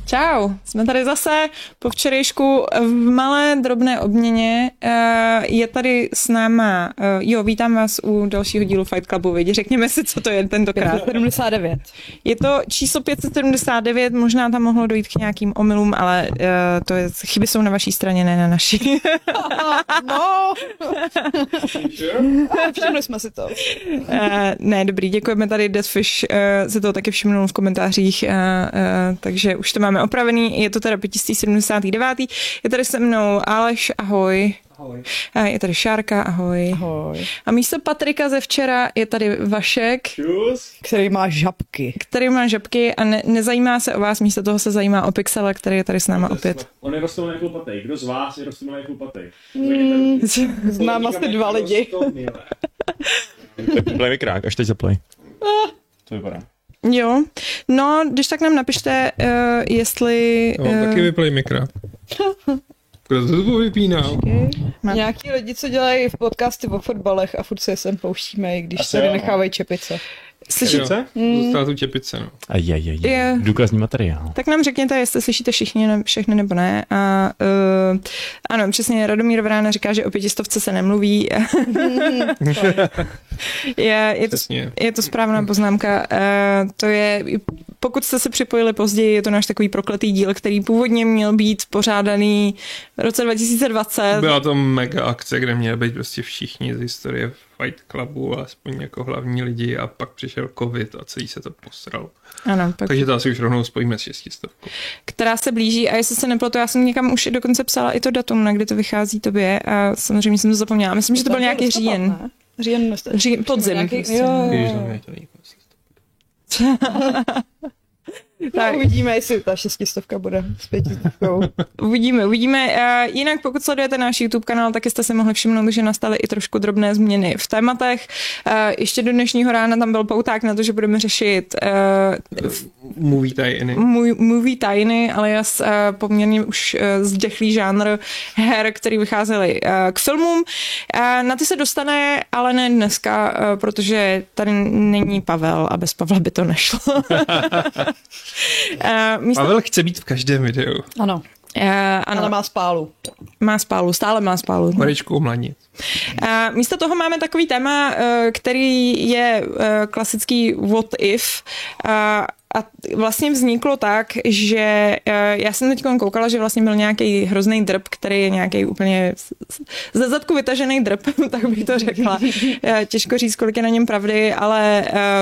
Čau, jsme tady zase po včerejšku v malé drobné obměně. Je tady s náma, vítám vás u dalšího dílu Fight Clubu, řekněme si, co to je tentokrát. 79. Je to číslo 579, možná tam mohlo dojít k nějakým omylům, ale chyby jsou na vaší straně, ne na naší. No, všimli jsme si to. Ne, dobrý, děkujeme tady Deathfish, se to taky všimnul v komentářích, takže už to máme opravený, je to teda 579. Je tady se mnou Aleš, ahoj. Ahoj. Je tady Šárka, ahoj. Ahoj. A místo Patrika ze včera je tady Vašek. Čus. Který má žabky. Který má žabky a nezajímá se o vás, místo toho se zajímá o Pixela, který je tady s náma opět. On je rostomilý chlupatej. Kdo z vás je rostomilý chlupatej? Znám asi 2 lidi. Play mikrák, až teď zaplay. To vypadá. Jo, no, když tak nám napište, jestli... taky vyplay mikrák. Kdo to vypínal? Nějaký lidi, co dělají v podcasty o fotbalech a furt se sem pouštíme, i když Asi tady jo. nechávají čepice. Slyšíte? Zůstala tu čepice, no. Je. Důkazní materiál. Tak nám řekněte, jestli slyšíte všechny nebo ne. A ano, přesně Radomír Vrána říká, že o 500 se nemluví. je to správná poznámka. To je, pokud jste se připojili později, je to náš takový prokletý díl, který původně měl být pořádaný v roce 2020. Byla to mega akce, kde měli být prostě všichni z historie Fight Clubu, aspoň jako hlavní lidi, a pak přišel covid a celý se to posral. Ano, pak... Takže to asi už rovnou spojíme s 600. Která se blíží, a jestli se nepletu, já jsem někam už dokonce psala i to datum, na kdy to vychází tobě, a samozřejmě jsem to zapomněla. Myslím, že to byl nějaký říjen. Říjen, podzim. Jo. Tak. Uvidíme, jestli ta 600 bude s 500. Uvidíme. Jinak pokud sledujete náš YouTube kanál, tak jste si mohli všimnout, že nastaly i trošku drobné změny v tématech. Ještě do dnešního rána tam byl pouták na to, že budeme řešit movie tajiny, alias poměrně už zděchlý žánr her, který vycházely k filmům. Na ty se dostane, ale ne dneska, protože tady není Pavel a bez Pavla by to nešlo. Pavel chce být v každém videu. Ano. Ano. Ale má spálu. Stále má spálu. Maričku omladnit. Místo toho máme takový téma, který je klasický what if. A vlastně vzniklo tak, že já jsem teď koukala, že vlastně byl nějaký hrozný drb, který je nějaký úplně ze zadku vytažený drb, tak bych to řekla. Těžko říct, kolik je na něm pravdy, ale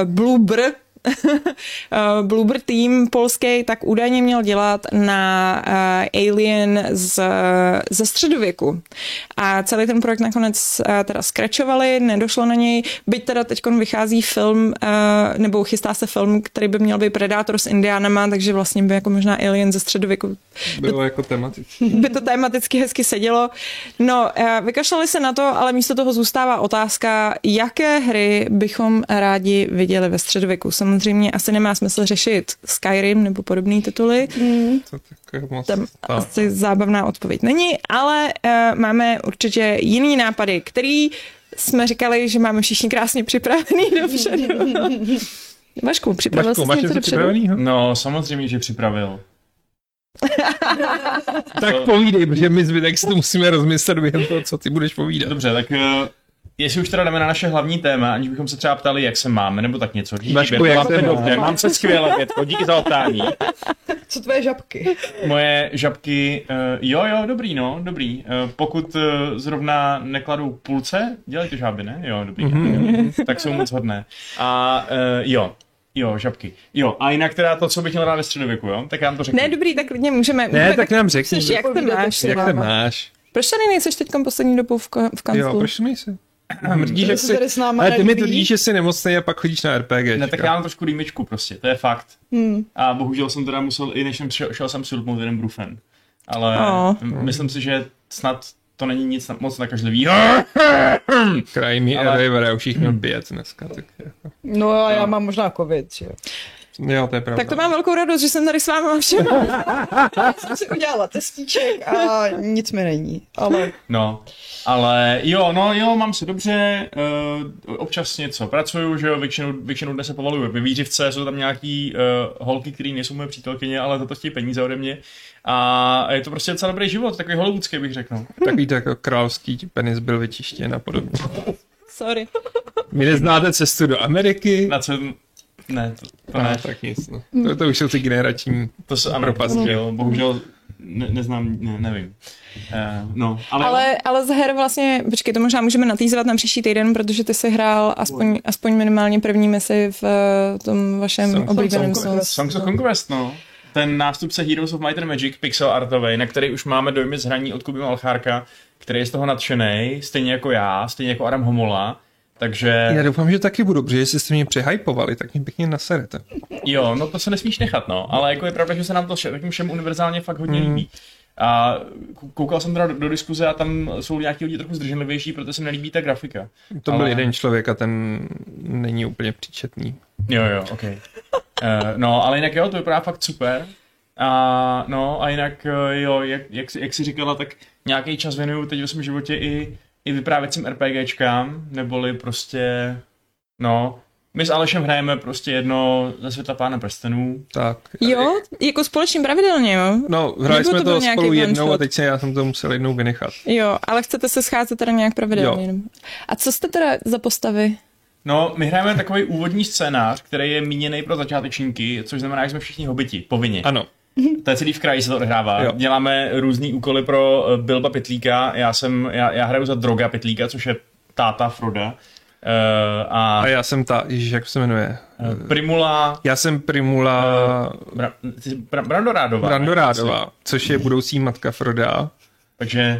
Bloober tým polský tak údajně měl dělat na Alien ze středověku. A celý ten projekt nakonec teda skračovali, nedošlo na něj, byť teda teďkon vychází film, nebo chystá se film, který by měl být Predator s Indiánama, takže vlastně by jako možná Alien ze středověku Bylo jako tematicky. By to tematicky hezky sedělo. No, vykašlali se na to, ale místo toho zůstává otázka, jaké hry bychom rádi viděli ve středověku. Samozřejmě asi nemá smysl řešit Skyrim nebo podobné tituly. To tak moc tam asi zábavná odpověď není, ale máme určitě jiný nápady, který jsme říkali, že máme všichni krásně připravený dopředu. Vašku, připravil jsi něco dopředu? No, samozřejmě, že připravil. Tak povídej, protože my zbytek si to musíme rozmyslet během toho, co ty budeš povídat. Dobře, tak jestli už teda jdeme na naše hlavní téma, aniž bychom se třeba ptali, jak se máme, nebo tak něco. Vašku, jak se dobře, mám se skvěle, Bětko, díky za otání. Co tvoje žabky? Moje žabky, dobrý. Pokud zrovna nekladou půlce, dělejte žáby, ne? Jo, dobrý. Tak jsou moc hodné. A Jo, žabky. Jo, a jinak teda to, co bych měl rád ve středověku, jo? Tak já vám to řeknu. Ne, dobrý, tak klidně můžeme. Ne, tak nám řekni. Jak to máš? Jak to máš? Proč tady nejseš teďkom poslední dobou v kanclu? Jo, proč nejsi? Mrdíš, jak se tady s náma ale ty mi nelíbí. tvrdíš, že jsi nemocnej a pak chodíš na RPG. Ne, tak já mám trošku rýmičku prostě, to je fakt. A bohužel jsem teda musel, i než jsem šel jsem si lupnout jeden brufen. Ale myslím si, že snad to není nic moc nakažlivý. Kraj mi ale... a už jich měl bět dneska. Tak jako. No a já mám možná covid, že jo. Jo, to je pravda. Tak to mám velkou radost, že jsem tady s vámi všema. Já jsem si udělala testíček a nic mi není, ale... No, ale jo, mám se dobře, občas něco pracuju, že jo, většinou dnes se povaluju ve výřivce, jsou tam nějaký holky, které nejsou moje přítelkyně, ale za to chtějí peníze ode mě a je to prostě docela dobrý život, takový hollywoodský bych řekl. Takový to jako královský penis byl vyčištěn a podobně. Sorry. Vy neznáte cestu do Ameriky? Na co... Ne, to ne. Tak nic, no. To už jsou ty generační To se ano, propasti. jo, bohužel neznám, nevím. No, Ale z her vlastně, počkej, to možná můžeme natýzovat na příští týden, protože ty jsi hrál aspoň minimálně první misi v tom vašem oblíbeném Songs of Conquest, no. Ten nástupce Heroes of Might and Magic, pixel artovej, na který už máme dojmy z hraní od Kuby Malchárka, který je z toho nadšenej, stejně jako já, stejně jako Adam Homola. Takže... Já doufám, že taky budu, protože jestli jste mě přehypovali, tak mě pěkně naserete. Jo, no to se nesmíš nechat, no. Ale jako je pravda, že se nám to takým všem univerzálně fakt hodně líbí. A koukal jsem teda do diskuze a tam jsou nějaký lidi trochu zdrženlivější, protože se mi nelíbí ta grafika. To byl jeden člověk a ten není úplně příčetný. Jo, ok. No, ale jinak jo, to vypadá fakt super. A no, a jinak jo, jak jsi říkala, tak nějaký čas věnuju teď ve svém životě i vyprávěcím RPGčkám, neboli prostě, no, my s Alešem hrajeme prostě jedno ze Světa Pána prstenů. Tak. Jo, jako společně pravidelně, jo? No, hráli jsme to spolu jednou a teď já jsem to musel jednou vynechat. Jo, ale chcete se scházet teda nějak pravidelně. Jo. A co jste teda za postavy? No, my hrajeme takový úvodní scénář, který je míněný pro začátečníky, což znamená, že jsme všichni hobiti, povinně. Ano. To je celý v kraji se to odehrává. Jo. Děláme různý úkoly pro Bilba Pytlíka, já hraju za Droga Pytlíka, což je táta Froda. A já jsem jak se jmenuje? Primula. Já jsem Primula... Brandorádová. Brandorádová, což je budoucí matka Froda. Takže...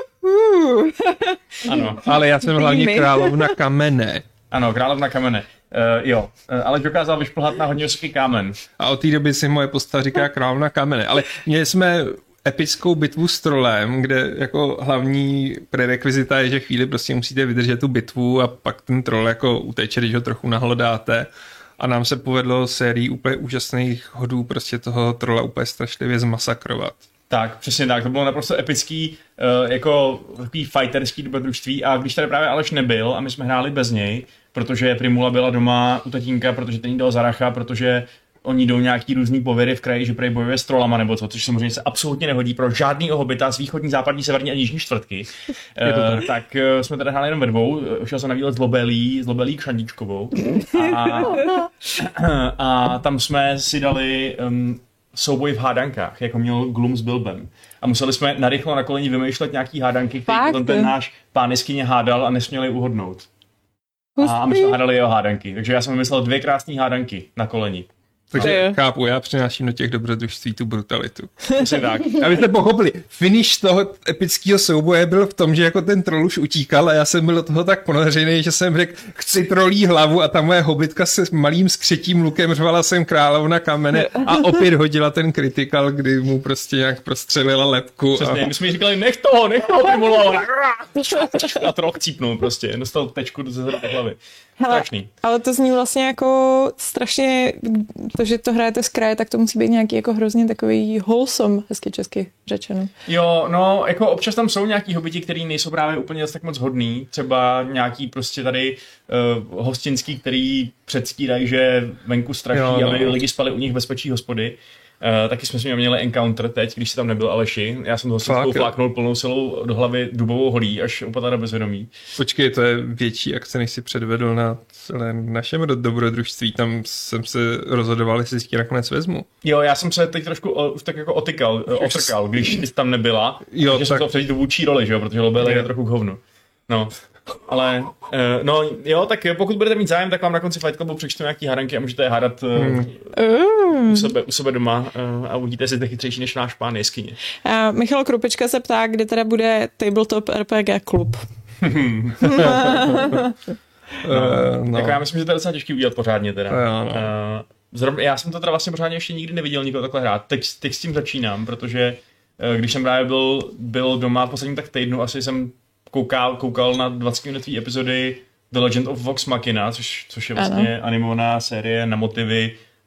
Ano. Ale já jsem hlavně královna kamene. Ano, královna kamene. Jo, ale dokázal vyšplhat na hodně vysoký kámen. A od té doby si moje postava říká královna kamene. Ale měli jsme epickou bitvu s trolem, kde jako hlavní prerekvizita je, že chvíli prostě musíte vydržet tu bitvu a pak ten troll jako uteče, když ho trochu nahlodáte. A nám se povedlo sérii úplně úžasných hodů prostě toho trola úplně strašlivě zmasakrovat. Tak, přesně tak, to bylo naprosto epický, jako takový fighterský dobrodružství a když tady právě Aleš nebyl a my jsme hráli bez něj, protože Primula byla doma u tatínka, protože ten jí dal zaracha, protože oni jdou nějaký různý pověry v kraji, že prej bojuje s trolama nebo co, což samozřejmě se absolutně nehodí pro žádnýho hobita z východní, západní, severní a jižní čtvrtky. Tak jsme teda hráli jenom ve dvou, šel jsem na výlet s Lobelí Kšandíčkovou a tam jsme si dali souboj v hádankách, jako měl Glum s Bilbem. A museli jsme narychlo na koleni vymýšlet nějaký hádanky, který potom ten náš pán jeskyně hádal a nesměli uhodnout. A my jsme hádali jeho hádanky. Takže já jsem vymyslel 2 krásné hádanky na koleni. Takže chápu, já přináším do těch dobrodružství tu brutalitu. Tak. Abyste pochopili, finish toho epického souboje byl v tom, že jako ten troll už utíkal a já jsem byl do toho tak ponořený, že jsem řekl, chci trolí hlavu a ta moje hobitka se s malým skřetím lukem řvala jsem královna kamene a opět hodila ten kritikal, kdy mu prostě nějak prostřelila lebku. Přesně, my jsme jí říkali, nech toho, Primula. A troll chcípnul prostě, dostal tečku do hlavy. Strašný. Ale to zní vlastně jako strašně, to, že to hrajete z kraje, tak to musí být nějaký jako hrozně takový wholesome, hezky česky řečeno. Jo, no, jako občas tam jsou nějaký hobiti, který nejsou právě úplně tak moc hodný, třeba nějaký prostě tady hostinský, který předstírají, že venku straší, aby lidi spali u nich bezpečí hospody. Taky jsme s ním měli encounter teď, když jsi tam nebyl, Aleši. Já jsem toho fláknul plnou silou do hlavy dubovou holí, až upadla do bezvědomí. Počkej, to je větší akce, než si předvedl na celém našem dobrodružství. Tam jsem se rozhodoval, jestli si nakonec vezmu. Jo, já jsem se teď trošku už tak jako otrkal, když jsi tam nebyla. Jo, takže jsem to předít do vůči roli, že jo, protože Lobel je trochu k hovnu. No. Ale, no jo, tak pokud budete mít zájem, tak vám na konci Fight Clubu přečtu nějaký hádanky a můžete je hádat u sebe doma a uvidíte, jestli jste chytřejší než náš pán jeskyně. Michal Krupečka se ptá, kde teda bude Tabletop RPG klub. No. Jako já myslím, že to je docela těžký udělat pořádně teda. Já jsem to teda vlastně pořádně ještě nikdy neviděl nikoho takhle hrát. Teď s tím začínám, protože když jsem právě byl doma v posledním tak týdnu, asi jsem koukal na 20-minutové epizody The Legend of Vox Machina, což je vlastně animovaná série na motivy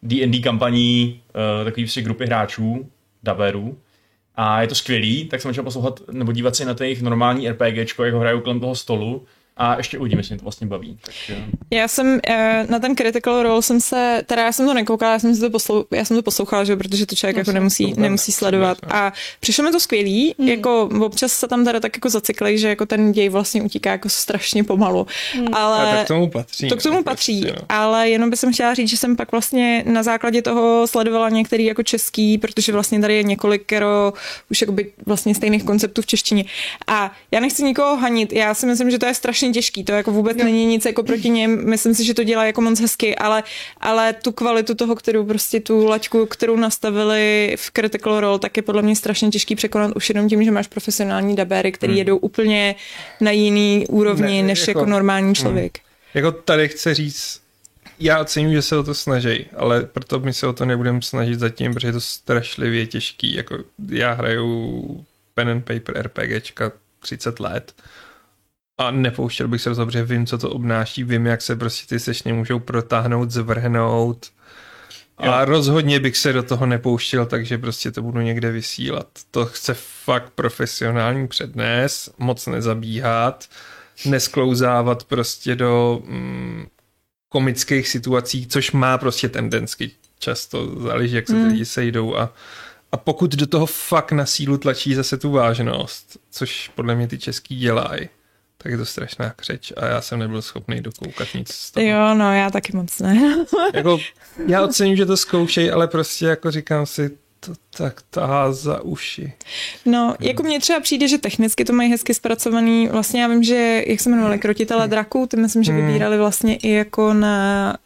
D&D kampaní takový prostě grupy hráčů, daberů. A je to skvělý, tak jsem začal poslouchat nebo dívat se na těch normální RPGčko, jak ho hrajou kolem toho stolu. A ještě uvidím, jestli mě to vlastně baví. Tak, já jsem na ten Critical Role já jsem to nekoukala, já jsem to poslouchala, že, protože to člověk jako nemusí sledovat. A přišlo mi to skvělý, jako občas se tam teda tak jako zacyklej, že jako ten děj vlastně utíká jako strašně pomalu. Ale tak k tomu patří. To k tomu patří, ale jenom bych chtěla říct, že jsem pak vlastně na základě toho sledovala některý jako český, protože vlastně tady je několikero už jakoby vlastně stejných konceptů v češtině. A já nechci nikoho hanit, já si myslím, že to je strašně těžký, to jako vůbec není nic jako proti něm, myslím si, že to dělá jako moc hezky, ale tu kvalitu toho, kterou prostě tu laťku, kterou nastavili v Critical Role, tak je podle mě strašně těžký překonat už jenom tím, že máš profesionální dabéry, který jedou úplně na jiný úrovni, než jako normální člověk. Jako tady chci říct, já oceňuji, že se o to snaží, ale proto my se o to nebudeme snažit zatím, protože je to strašlivě těžký. Jako já hraju pen and paper RPGčka 30 let a nepouštěl bych se do toho, protože vím, co to obnáší, vím, jak se prostě ty sešny můžou protáhnout, zvrhnout a rozhodně bych se do toho nepouštěl, takže prostě to budu někde vysílat. To chce fakt profesionální přednes, moc nezabíhat, nesklouzávat prostě do komických situací, což má prostě tendenci často, záleží, jak se ty lidi sejdou a pokud do toho fakt na sílu tlačí zase tu vážnost, což podle mě ty český dělají, tak je to strašná křeč a já jsem nebyl schopný dokoukat nic z toho. Jo, no já taky moc ne. Jako, já ocením, že to zkoušej, ale prostě jako říkám si, to tak tahá za uši. No, jako mně třeba přijde, že technicky to mají hezky zpracovaný. Vlastně já vím, že, jak se jmenovali, Krotitele draků, ty myslím, že vybírali vlastně i jako na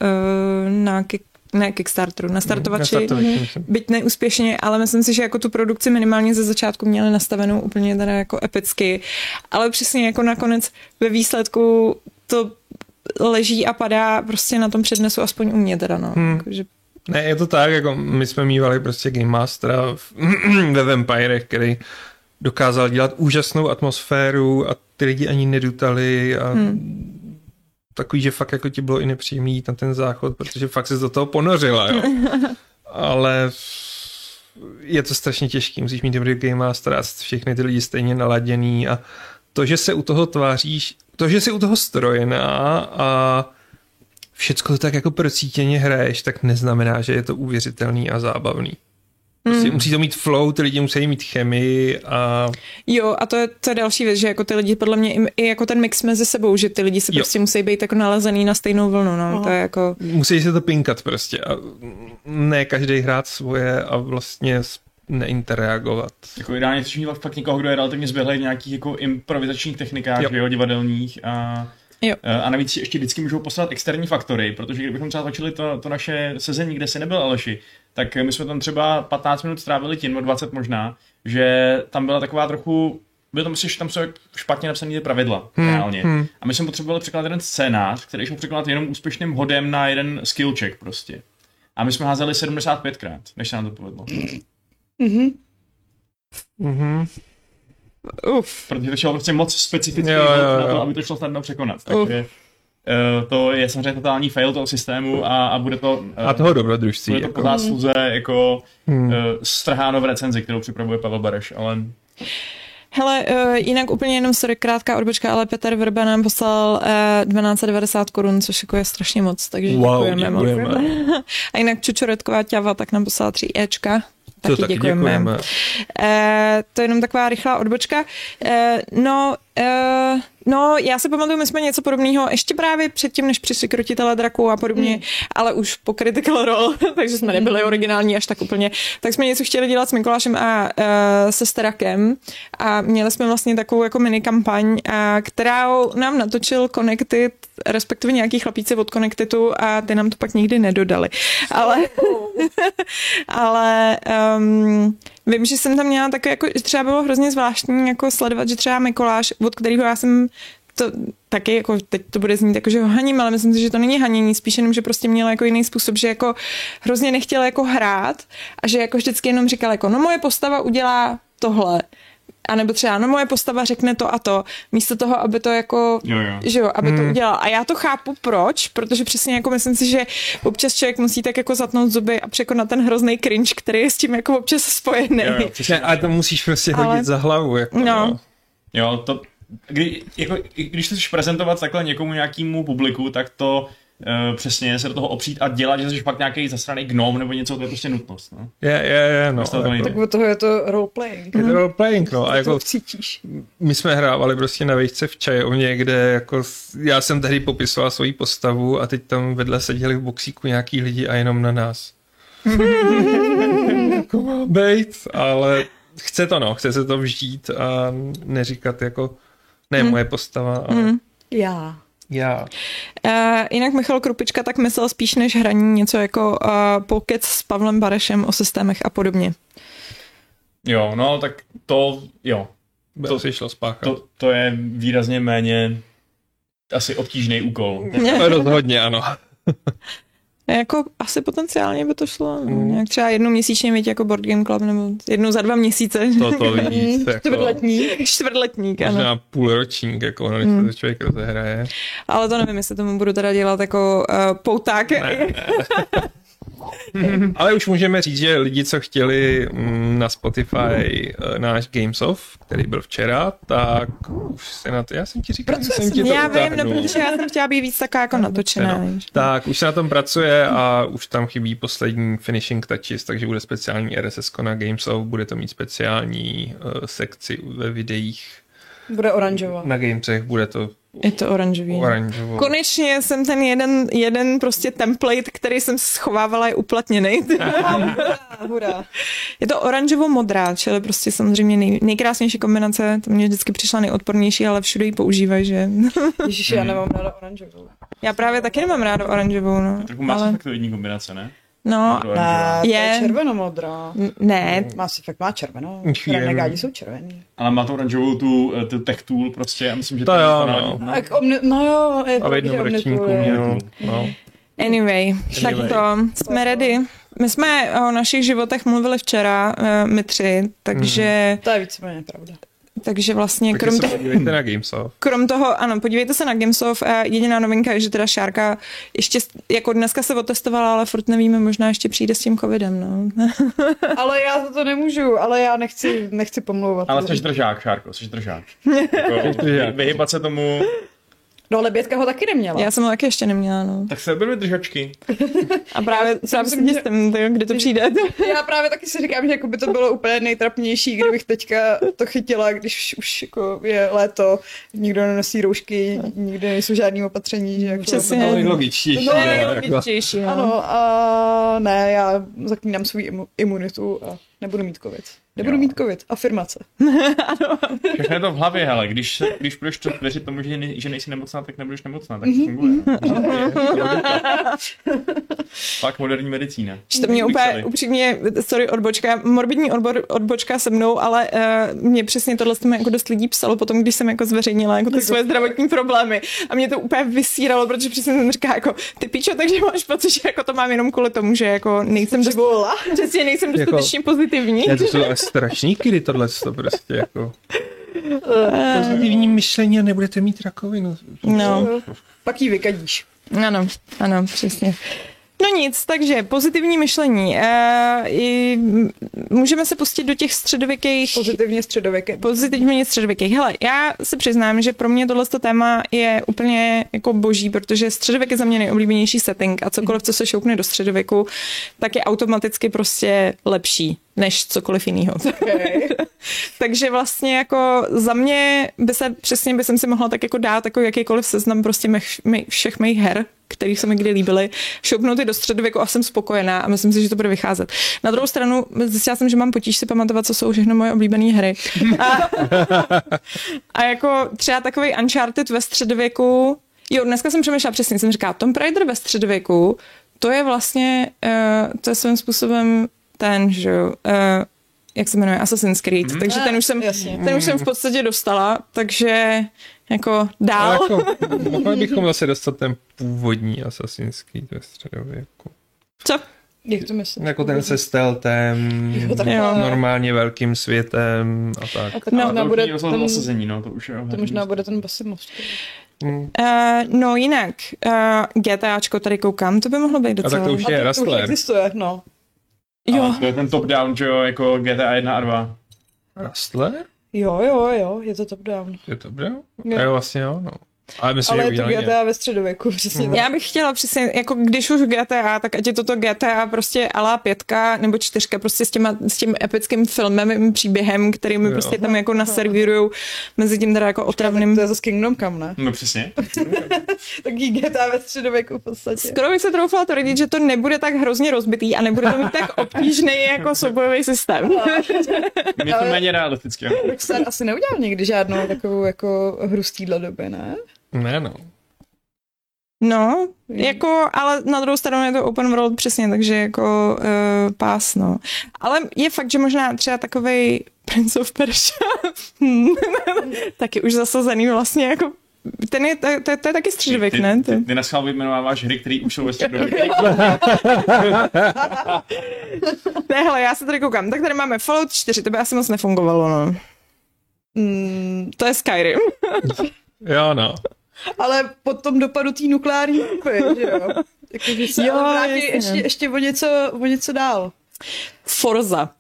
Kickstarteru, na startovači, byť neúspěšně, ale myslím si, že jako tu produkci minimálně ze začátku měli nastavenou úplně teda jako epicky, ale přesně jako nakonec ve výsledku to leží a padá prostě na tom přednesu, aspoň u mě teda, no. Jakože... Ne, je to tak, jako my jsme mívali prostě Game Mastera ve Vampirech, který dokázal dělat úžasnou atmosféru a ty lidi ani nedutali a takový, že fakt jako ti bylo i nepříjemný jít na ten záchod, protože fakt se do toho ponořila, jo. Ale je to strašně těžký, musíš mít dobrý Game Master a všechny ty lidi stejně naladěný a to, že se u toho tváříš, to, že jsi u toho strojená a všecko to tak jako procítěně hraješ, tak neznamená, že je to uvěřitelný a zábavný. Prostě musí to mít flow, ty lidi musí mít chemii a... Jo, a to je další věc, že jako ty lidi podle mě i jako ten mix mezi sebou, že ty lidi se prostě musí být jako nalezený na stejnou vlnu, no, to je jako... Musí se to pinkat prostě a ne každý hrát svoje a vlastně neinteragovat. Jako ideálně chceš mít fakt někoho, kdo je relativně zběhlej v nějakých jako improvizačních technikách, jo, divadelních a navíc si ještě vždycky můžou poslat externí faktory, protože kdybychom třeba točili to naše sezení, kde jsi nebyl, Aleši, tak my jsme tam třeba 15 minut strávili tím, no 20 možná, že tam byla taková trochu, tam jsou špatně napsané ty pravidla, reálně. A my jsme potřebovali překládat jeden scénář, který šel překládat jenom úspěšným hodem na jeden skill check prostě. A my jsme házeli 75krát, než se nám to povedlo. Protože to šlo prostě moc specificky na to, aby to šlo snadno překonat. Takže to je samozřejmě totální fail toho systému a bude to... A toho dobrodružství. Bude to po zásluze jako strháno v recenzi, kterou připravuje Pavel Bareš, ale... Hele, jinak úplně jenom krátká odbočka, ale Petr Vrba nám poslal 1290 korun, což jako je strašně moc, takže děkujeme. A jinak Čučoretková ťava tak nám poslala 3 Ečka. Taky děkujeme. To je jenom taková rychlá odbočka. No, já si pamatuju, my jsme něco podobného ještě právě předtím, než přišli Krotitele draků a podobně, ale už po Critical Role, takže jsme nebyli originální až tak úplně. Tak jsme něco chtěli dělat s Mikulášem a se Sterakem a měli jsme vlastně takovou jako mini kampaň, kterou nám natočil Connected, respektive nějaký chlapíci od Connectidu a ty nám to pak nikdy nedodali. Ale vím, že jsem tam měla takové, jako, že třeba bylo hrozně zvláštní jako sledovat, že třeba Mikuláš, od kterého já jsem to taky, jako teď to bude znít jako, že ho haním, ale myslím si, že to není hanění, spíš jenom, že prostě měl jako jiný způsob, že jako hrozně nechtěl jako hrát a že jako vždycky jenom říkal jako, no moje postava udělá tohle. A nebo třeba, no moje postava řekne to a to, místo toho, aby to jako, že jo, aby to udělal. A já to chápu proč, protože přesně jako myslím si, že občas člověk musí tak jako zatnout zuby a překonat ten hrozný cringe, který je s tím jako občas spojený. Jo, ale to musíš prostě hodit za hlavu. Jako, no. Jo, to, když chceš prezentovat takhle někomu nějakému publiku, tak to přesně se do toho opřít a dělat, že jsi pak nějaký zasraný gnom nebo něco, to je prostě nutnost. No. No. Tak od toho je to roleplaying. Je to roleplaying, no. A jako cítíš. my jsme hrávali prostě na vejšce v čajovně, kde jako já jsem tehdy popisoval svoji postavu a teď tam vedle seděli v boxíku nějaký lidi a jenom na nás. Jako má bejt, ale chce se to vžít a neříkat jako ne moje postava, ale já. Jinak Michal Krupička tak myslel spíš než hraní něco jako pokec s Pavlem Barešem o systémech a podobně. Jo, no tak to, jo. To si šlo spáchat. To je výrazně méně asi obtížný úkol. Rozhodně ano. Jako asi potenciálně by to šlo. Nějak třeba jednou měsíčně mít jako Board Game Club, nebo jednou za 2 měsíce. To víc. Jako, čtvrtletník, ano. Možná půlročník, jako než to člověk rozehraje. Ale to nevím, jestli tomu budu teda dělat jako pouták. Ne. Ale už můžeme říct, že lidi, co chtěli na Spotify náš Games Off, který byl včera, tak už se na to, já jsem ti říkal, že jsem ti to já vím, no, protože já jsem chtěla být víc taková jako natočená. No. Tak už se na tom pracuje a už tam chybí poslední finishing touches, takže bude speciální RSS na Games Off, bude to mít speciální sekci ve videích. Bude oranžová. Na Gamesech bude to je to oranžový. Konečně jsem ten jeden prostě template, který jsem schovávala, je uplatněný. Hurá. Je to oranžovo-modrá, čili prostě samozřejmě nejkrásnější kombinace, to mě vždycky přišla nejodpornější, ale všude ji používají, že? Ježiši, já nemám ráda oranžovou. Já právě taky nemám ráda oranžovou, no. Trochu Mass Effectovní kombinace, ne? No, ne, to je červeno-modrá. Ne. Mass Effect má červenou. Renegádi jsou červený. Ale má to oranžovou tu tech tool prostě, já myslím, že to jo, no. Jo, je to v ročníku měl, no. Anyway, tak to, jsme ready. My jsme o našich životech mluvili včera, my 3, takže... To je víceméně pravda. Takže vlastně podívejte na Gamesoft. Krom toho, ano, podívejte se na Gamesoft. Jediná novinka je, že teda Šárka ještě, jako dneska se otestovala, ale furt nevíme, možná ještě přijde s tím covidem, no. Ale já za to nemůžu, ale já nechci pomlouvat. Ale jsi držák, Šárko, jsi držák. Vyhybat se tomu... No ale Bětka ho taky neměla. Já jsem ho taky ještě neměla, no. Tak se byly držačky. A právě se tím, kdy to přijde. Já právě taky si říkám, že jako by to bylo úplně nejtrapnější, kdybych teďka to chytila, když už jako je léto, nikdo nenosí roušky, nikde nejsou žádný opatření. Že jako přesně. To je logičtější. No, logičtější, no. Ano, a ne, já zaklínám svou imunitu a nebudu mít covid. Nebudu mít covid. Afirmace. Ano. Všechno je to v hlavě, hele. Když budeš věřit tomu, že nejsi nemocná, tak nebudeš nemocná. Tak to funguje. Pak moderní medicína. To mě úplně upřímně, sorry, odbočka, morbidní odbočka se mnou, ale mě přesně tohle mi jako dost lidí psalo potom, když jsem jako zveřejnila jako ty svoje zdravotní problémy. A mě to úplně vysíralo, protože přesně jsem říkala jako, ty pičo, takže máš pocit, že jako to mám jenom kvůli tomu, že jako nejsem dostatečně pozitivní. To jsou strašný kdy tohleto prostě jako. Pozitivní myšlení a nebudete mít rakovinu. No. Pak ji vykadíš. Ano, přesně. No nic, takže pozitivní myšlení. Můžeme se pustit do těch středověkých... Pozitivně středověkých. Hele, já se přiznám, že pro mě tohleto téma je úplně jako boží, protože středověk je za mě nejoblíbenější setting a cokoliv, co se šoupne do středověku, tak je automaticky prostě lepší než cokoliv jinýho. Okay. Takže vlastně jako za mě by jsem si mohla tak jako dát jako jakýkoliv seznam prostě všech mých her, který se mi kdy líbily, šoupnout je do středověku a jsem spokojená a myslím si, že to bude vycházet. Na druhou stranu zjistila jsem, že mám potíž si pamatovat, co jsou všechno moje oblíbené hry. A jako třeba takový Uncharted ve středověku, jo, dneska jsem přemýšlela přesně, jsem říkala, Tomb Raider ve středověku, to je vlastně, to je svým způsobem ten, že jak se jmenuje, Assassin's Creed, takže ten už jsem v podstatě dostala, takže jako dál. Jako, mohli bychom zase dostat ten původní Assassin's Creed ve středověku. Co? Jak to myslím? Jako ten se stealthem, normálně velkým světem a tak. A tak možná bude ten nasazení, no, to už je. To možná bude ten Basimov. No jinak, GTAčko tady koukám, to by mohlo být docela. A tak to už je Rustler. Už existuje, no. Jo. To je ten top-down, že jo, jako GTA 1 a 2. Rustler? Jo, je to top-down. Je to dobré? Jo, vlastně jo, no. Ale myslím, ale že je to GTA ve středověku, přesně. Já bych chtěla přesně, jako když už GTA, tak ať je toto GTA prostě ala 5 nebo 4, prostě s tím epickým filmem, příběhem, který mi prostě tam jako naservírujou mezi tím teda jako otravným. To je zase Kingdom Come, ne? No přesně. Taký GTA ve středověku v podstatě. Skoro bych se troufala tvrdit, že to nebude tak hrozně rozbitý a nebude to mít tak obtížný jako soubojový systém. Je to méně realistické. Rockstar asi neudělal nikdy žádnou takovou jako hru z téhle doby, ne? Ne, no. No, jako, ale na druhou stranu je to open world přesně, takže jako pás, no. Ale je fakt, že možná třeba takovej Prince of Persia taky už zasazený vlastně jako ten je, to je taky středověk, ne? Ty na schvál vyjmenováváš hry, které už jsou ve středověku. Ne, hele, já se tady koukám. Tak tady máme Fallout 4, to by asi moc nefungovalo, no. To je Skyrim. Jo, no. Ale po tom dopadu té nukleární bomby, že jo? Takže se vrátí ještě o něco dál. Forza.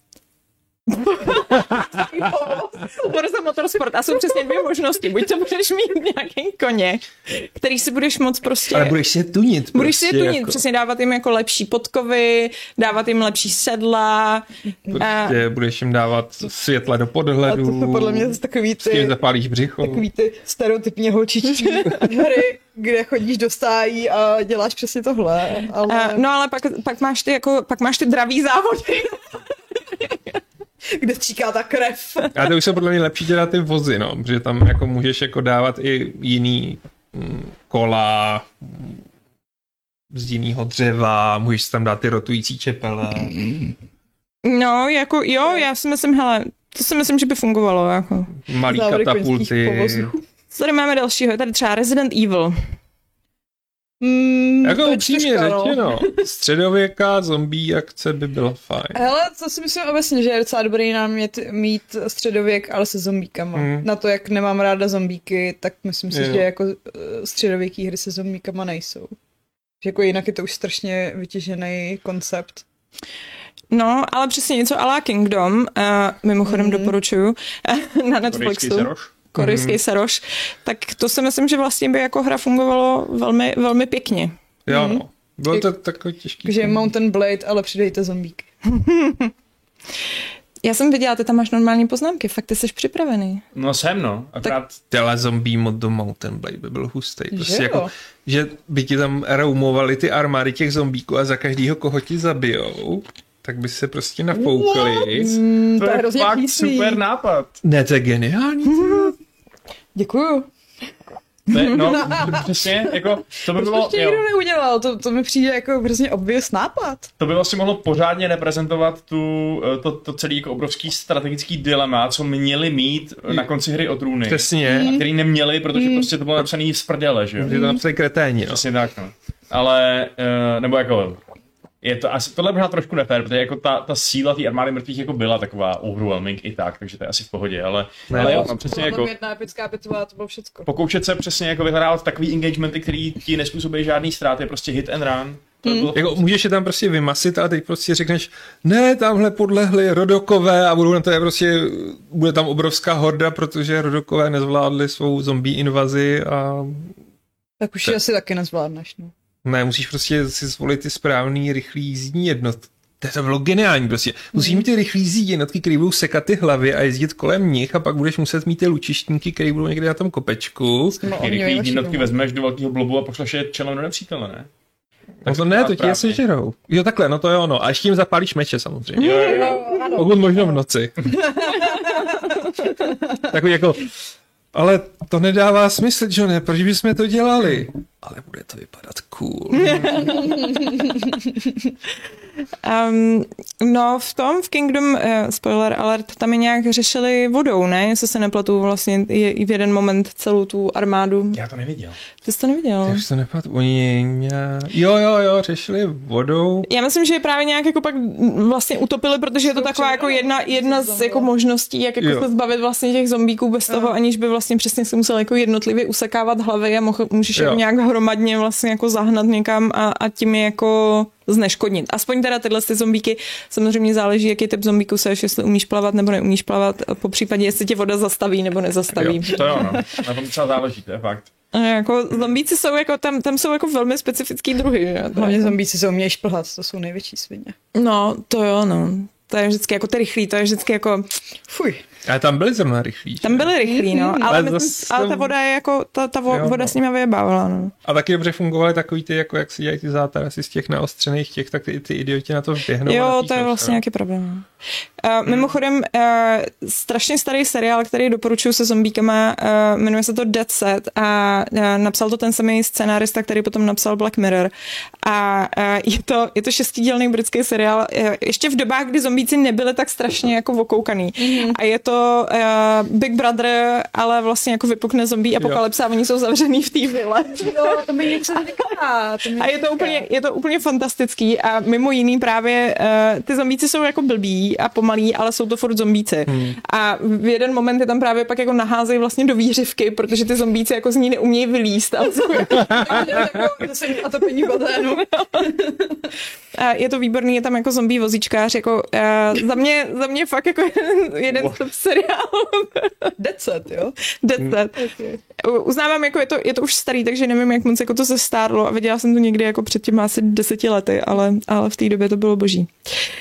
Forza Motorsport. A jsou přesně dvě možnosti. Buď to budeš mít nějaký koně, který si budeš moc prostě... Ale budeš si je tunit. Budeš si je tunit, jako... přesně dávat jim jako lepší podkovy, dávat jim lepší sedla. Prostě budeš jim dávat světla do podhledu. A to jsou podle mě takový ty... S tím zapálíš břicho. Takový ty stereotypně holčičí hry, kde chodíš do stájí a děláš přesně tohle. Ale... No ale pak máš ty dravý závody. Kde stříká ta krev. A to už jsou podle mě lepší dělat ty vozy, no, protože tam jako můžeš jako dávat i jiný kola z jiného dřeva, můžeš tam dát ty rotující čepele. No, jako jo, já si myslím, hele, to si myslím, že by fungovalo, jako. Malý katapulty. Co tady máme dalšího? Je tady třeba Resident Evil. Jako upřímně řečeno, středověká zombie akce by byla fajn. Hele, to si myslím obecně, že je docela dobrý námět mít středověk, ale se zombíkama. Na to, jak nemám ráda zombíky, tak myslím si, že jako středověký hry se zombíkama nejsou. Že jako jinak je to už strašně vytěžený koncept. No, ale přesně něco a la Kingdom, mimochodem doporučuju, na Netflixu. Korejský Saroš, tak to si myslím, že vlastně by jako hra fungovalo velmi, velmi pěkně. Jo, no. Bylo to takový těžký. Takže Mountain Blade, ale přidejte zombíky. Já jsem viděla, ty tam máš normální poznámky, fakt ty jsi připravený. No jsem, no. Akorát... Tele zombie mod do Mountain Blade by byl hustý. Prostě jako, že by ti tam roumovali ty armády těch zombíků a za každýho, koho ti zabijou, tak by se prostě nafoukli. To je hrozně fakt písný. super nápad. Ne, to je geniální. Děkuju. No, přesně, jako, to by bylo... To ještě nikdo neudělal, to mi přijde jako hrozně obvious nápad. To by vlastně mohlo pořádně reprezentovat to celý jako obrovský strategický dilema, co měli mít na konci hry o trůny. Přesně. A který neměli, protože prostě to bylo napsaný z prdele, že jo? Je to napsaný kreténi, no. Přesně tak, no. Ale, nebo jako... Je to asi tohle možná trošku nefér, protože jako ta síla té armády mrtvých jako byla taková overwhelming i tak, takže to je asi v pohodě, ale jo, no, přesně jako jedna epická bitva, to bylo všecko. Pokoušet se přesně jako vyhledávat takový engagementy, který ti nespůsobí žádný ztráty, prostě hit and run. Jako, můžeš je tam prostě vymasit, ale teď prostě řekneš, ne, tamhle podlehli Rodokové a bude tam obrovská horda, protože Rodokové nezvládli svou zombie invazi a... Tak už ji asi taky nezvládneš, no. Ne, musíš prostě si zvolit ty správný rychlý jízdní jednotky. To bylo geniální prostě. Musíš mít ty rychlý jízdní jednotky, které budou sekat ty hlavy a jezdit kolem nich a pak budeš muset mít ty lučištníky, které budou někde na tom kopečku. Ty rychlý jízdní jednotky vezmeš do velkého blobu a pošleš je čelem do nepřítele, ne? No to ne, to ti je sežerou. Jo, takhle, no to jo, no. A ještě jim zapálíš meče samozřejmě. Jo. Pokud možno v noci. Takový jako... Ale to nedává smysl, Johne, proč bychom to dělali? Ale bude to vypadat cool. No v Kingdom, spoiler alert, tam je nějak řešili vodou, ne? Jestli se nepletu vlastně i v jeden moment celou tu armádu. Já to neviděl. Ty jsi to neviděl? Já už to nepletu. Oni jo, řešili vodou. Já myslím, že je právě nějak jako pak vlastně utopili, protože je to taková jako jedna z jako možností, jak jako se zbavit vlastně těch zombíků bez toho, aniž by vlastně přesně si musel jako jednotlivě usekávat hlavy a můžeš jako nějak hromadně vlastně jako zahnat někam a tím je jako zneškodnit. Aspoň teda tyhle zombíky, samozřejmě záleží, jaký typ zombíku seš, jestli umíš plavat nebo neumíš plavat, po případě jestli tě voda zastaví nebo nezastaví. Jo, to jo, no. Na tom třeba záleží, to je fakt. A jako zombíci jsou jako, tam jsou jako velmi specifický druhy. Že? Hlavně zombíci se umějí šplhat, to jsou největší svině. No, to jo, no. To je vždycky jako ty rychlý, to je vždycky jako... Fuj. Ale tam byli zrovna rychlí. Tam byli rychlí, no, ale ta voda je jako, voda s nimi vyjebávala, no. A taky dobře fungovaly takový ty, jako jak si dělají ty zátarasy z těch naostřených těch, tak ty idioti na to vběhnou. Jo, to je vlastně nějaký problém. Mimochodem, strašně starý seriál, který doporučuji se zombíkama, jmenuje se to Dead Set a napsal to ten samý scenárista, který potom napsal Black Mirror. A je to 6dílný britský seriál, ještě v dobách, kdy zombíci nebyli tak strašně jako okoukaný. A je to Big Brother, ale vlastně jako vypukne zombie apokalypsa a oni jsou zavřený v té vile. Jo, to mi něco říká. A je to úplně fantastický a mimo jiný právě ty zombíci jsou jako blbí a pomalí, ale jsou to furt zombíci. A v jeden moment je tam právě pak jako naházejí vlastně do výřivky, protože ty zombíci jako z ní neumějí vylízt. A to pení bazénu. Je to výborný, je tam jako zombie vozíčkář, jako za mě fakt jako jeden top seriál. Dead Set, jo? Dead Set. Okay. Uznávám, jako je to už starý, takže nevím, jak moc jako to se stárlo a viděla jsem to někdy jako před těmi asi 10 lety, ale v té době to bylo boží.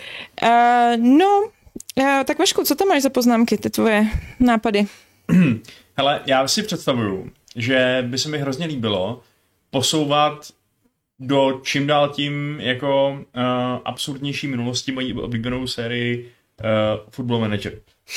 Tak Vašku, co tam máš za poznámky, ty tvoje nápady? Hele, já si představuju, že by se mi hrozně líbilo posouvat do čím dál tím jako absurdnější minulosti mojí oblíbenou sérii Football Manager.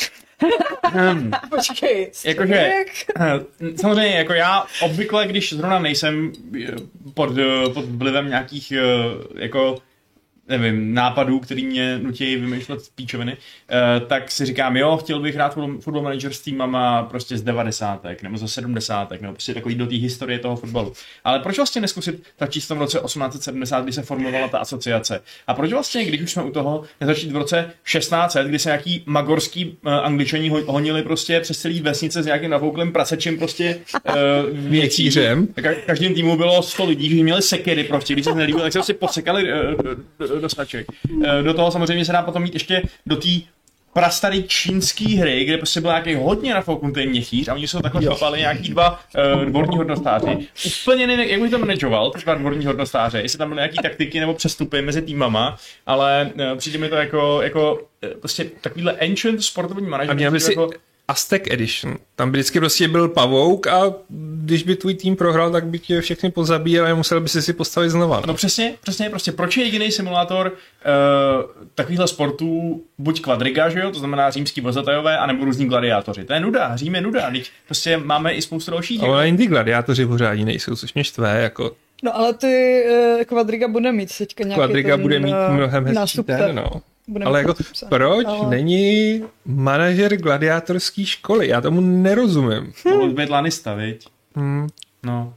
Počkej. Jakože, samozřejmě, jako já obvykle, když zrovna nejsem pod vlivem nějakých jako nevím, nápadů, který mě nutí vymýšlet píčoviny, tak si říkám, jo, chtěl bych hrát Football Manager s týmama prostě z 90. nebo ze 70. nebo prostě takový do té historie toho fotbalu. Ale proč vlastně neskusit začít v tom roce 1870, kdy se formovala ta asociace? A proč vlastně, když už jsme u toho, nezačít v roce 1600, kdy se nějaký magorský Angličani honili prostě přes celý vesnice s nějakým navouklým prasečím prostě věcířem. Každým týmu bylo 100 lidí, že měli sekery prostě, když se nelíbilo, tak se prostě podsekali do staček. Do toho samozřejmě se dá potom mít ještě do té prastarý čínský hry, kde prostě byl nějaký hodně nafouknutý měchýř a oni jsou takhle kopali nějaký dva dvorní hodnostáři. Úplně nevím, jak bych to manažoval, ty dva dvorní hodnostáře, jestli tam byly nějaký taktiky nebo přestupy mezi týmama, ale přijde mi to jako prostě takovýhle ancient sportovní management. Aztec Edition. Tam vždycky prostě byl pavouk a když by tvůj tým prohrál, tak by tě všechny pozabíjel a musel by si postavit znova. No přesně, prostě proč je jediný simulátor takovýchhle sportů, buď kvadriga, že jo, to znamená římský vozatejové, anebo různí gladiátoři. To je nuda, Řím je nuda, teď prostě máme i spoustu dalších. Ale ani ty gladiátoři pořádně nejsou, což mě štve, jako... No ale ty kvadriga bude mít teďka nějaký kvadriga bude mít mnohem hezčí ten, no. Ale jako, proč není manažer gladiátorský školy? Já tomu nerozumím. Mohl být lanista, viď? No.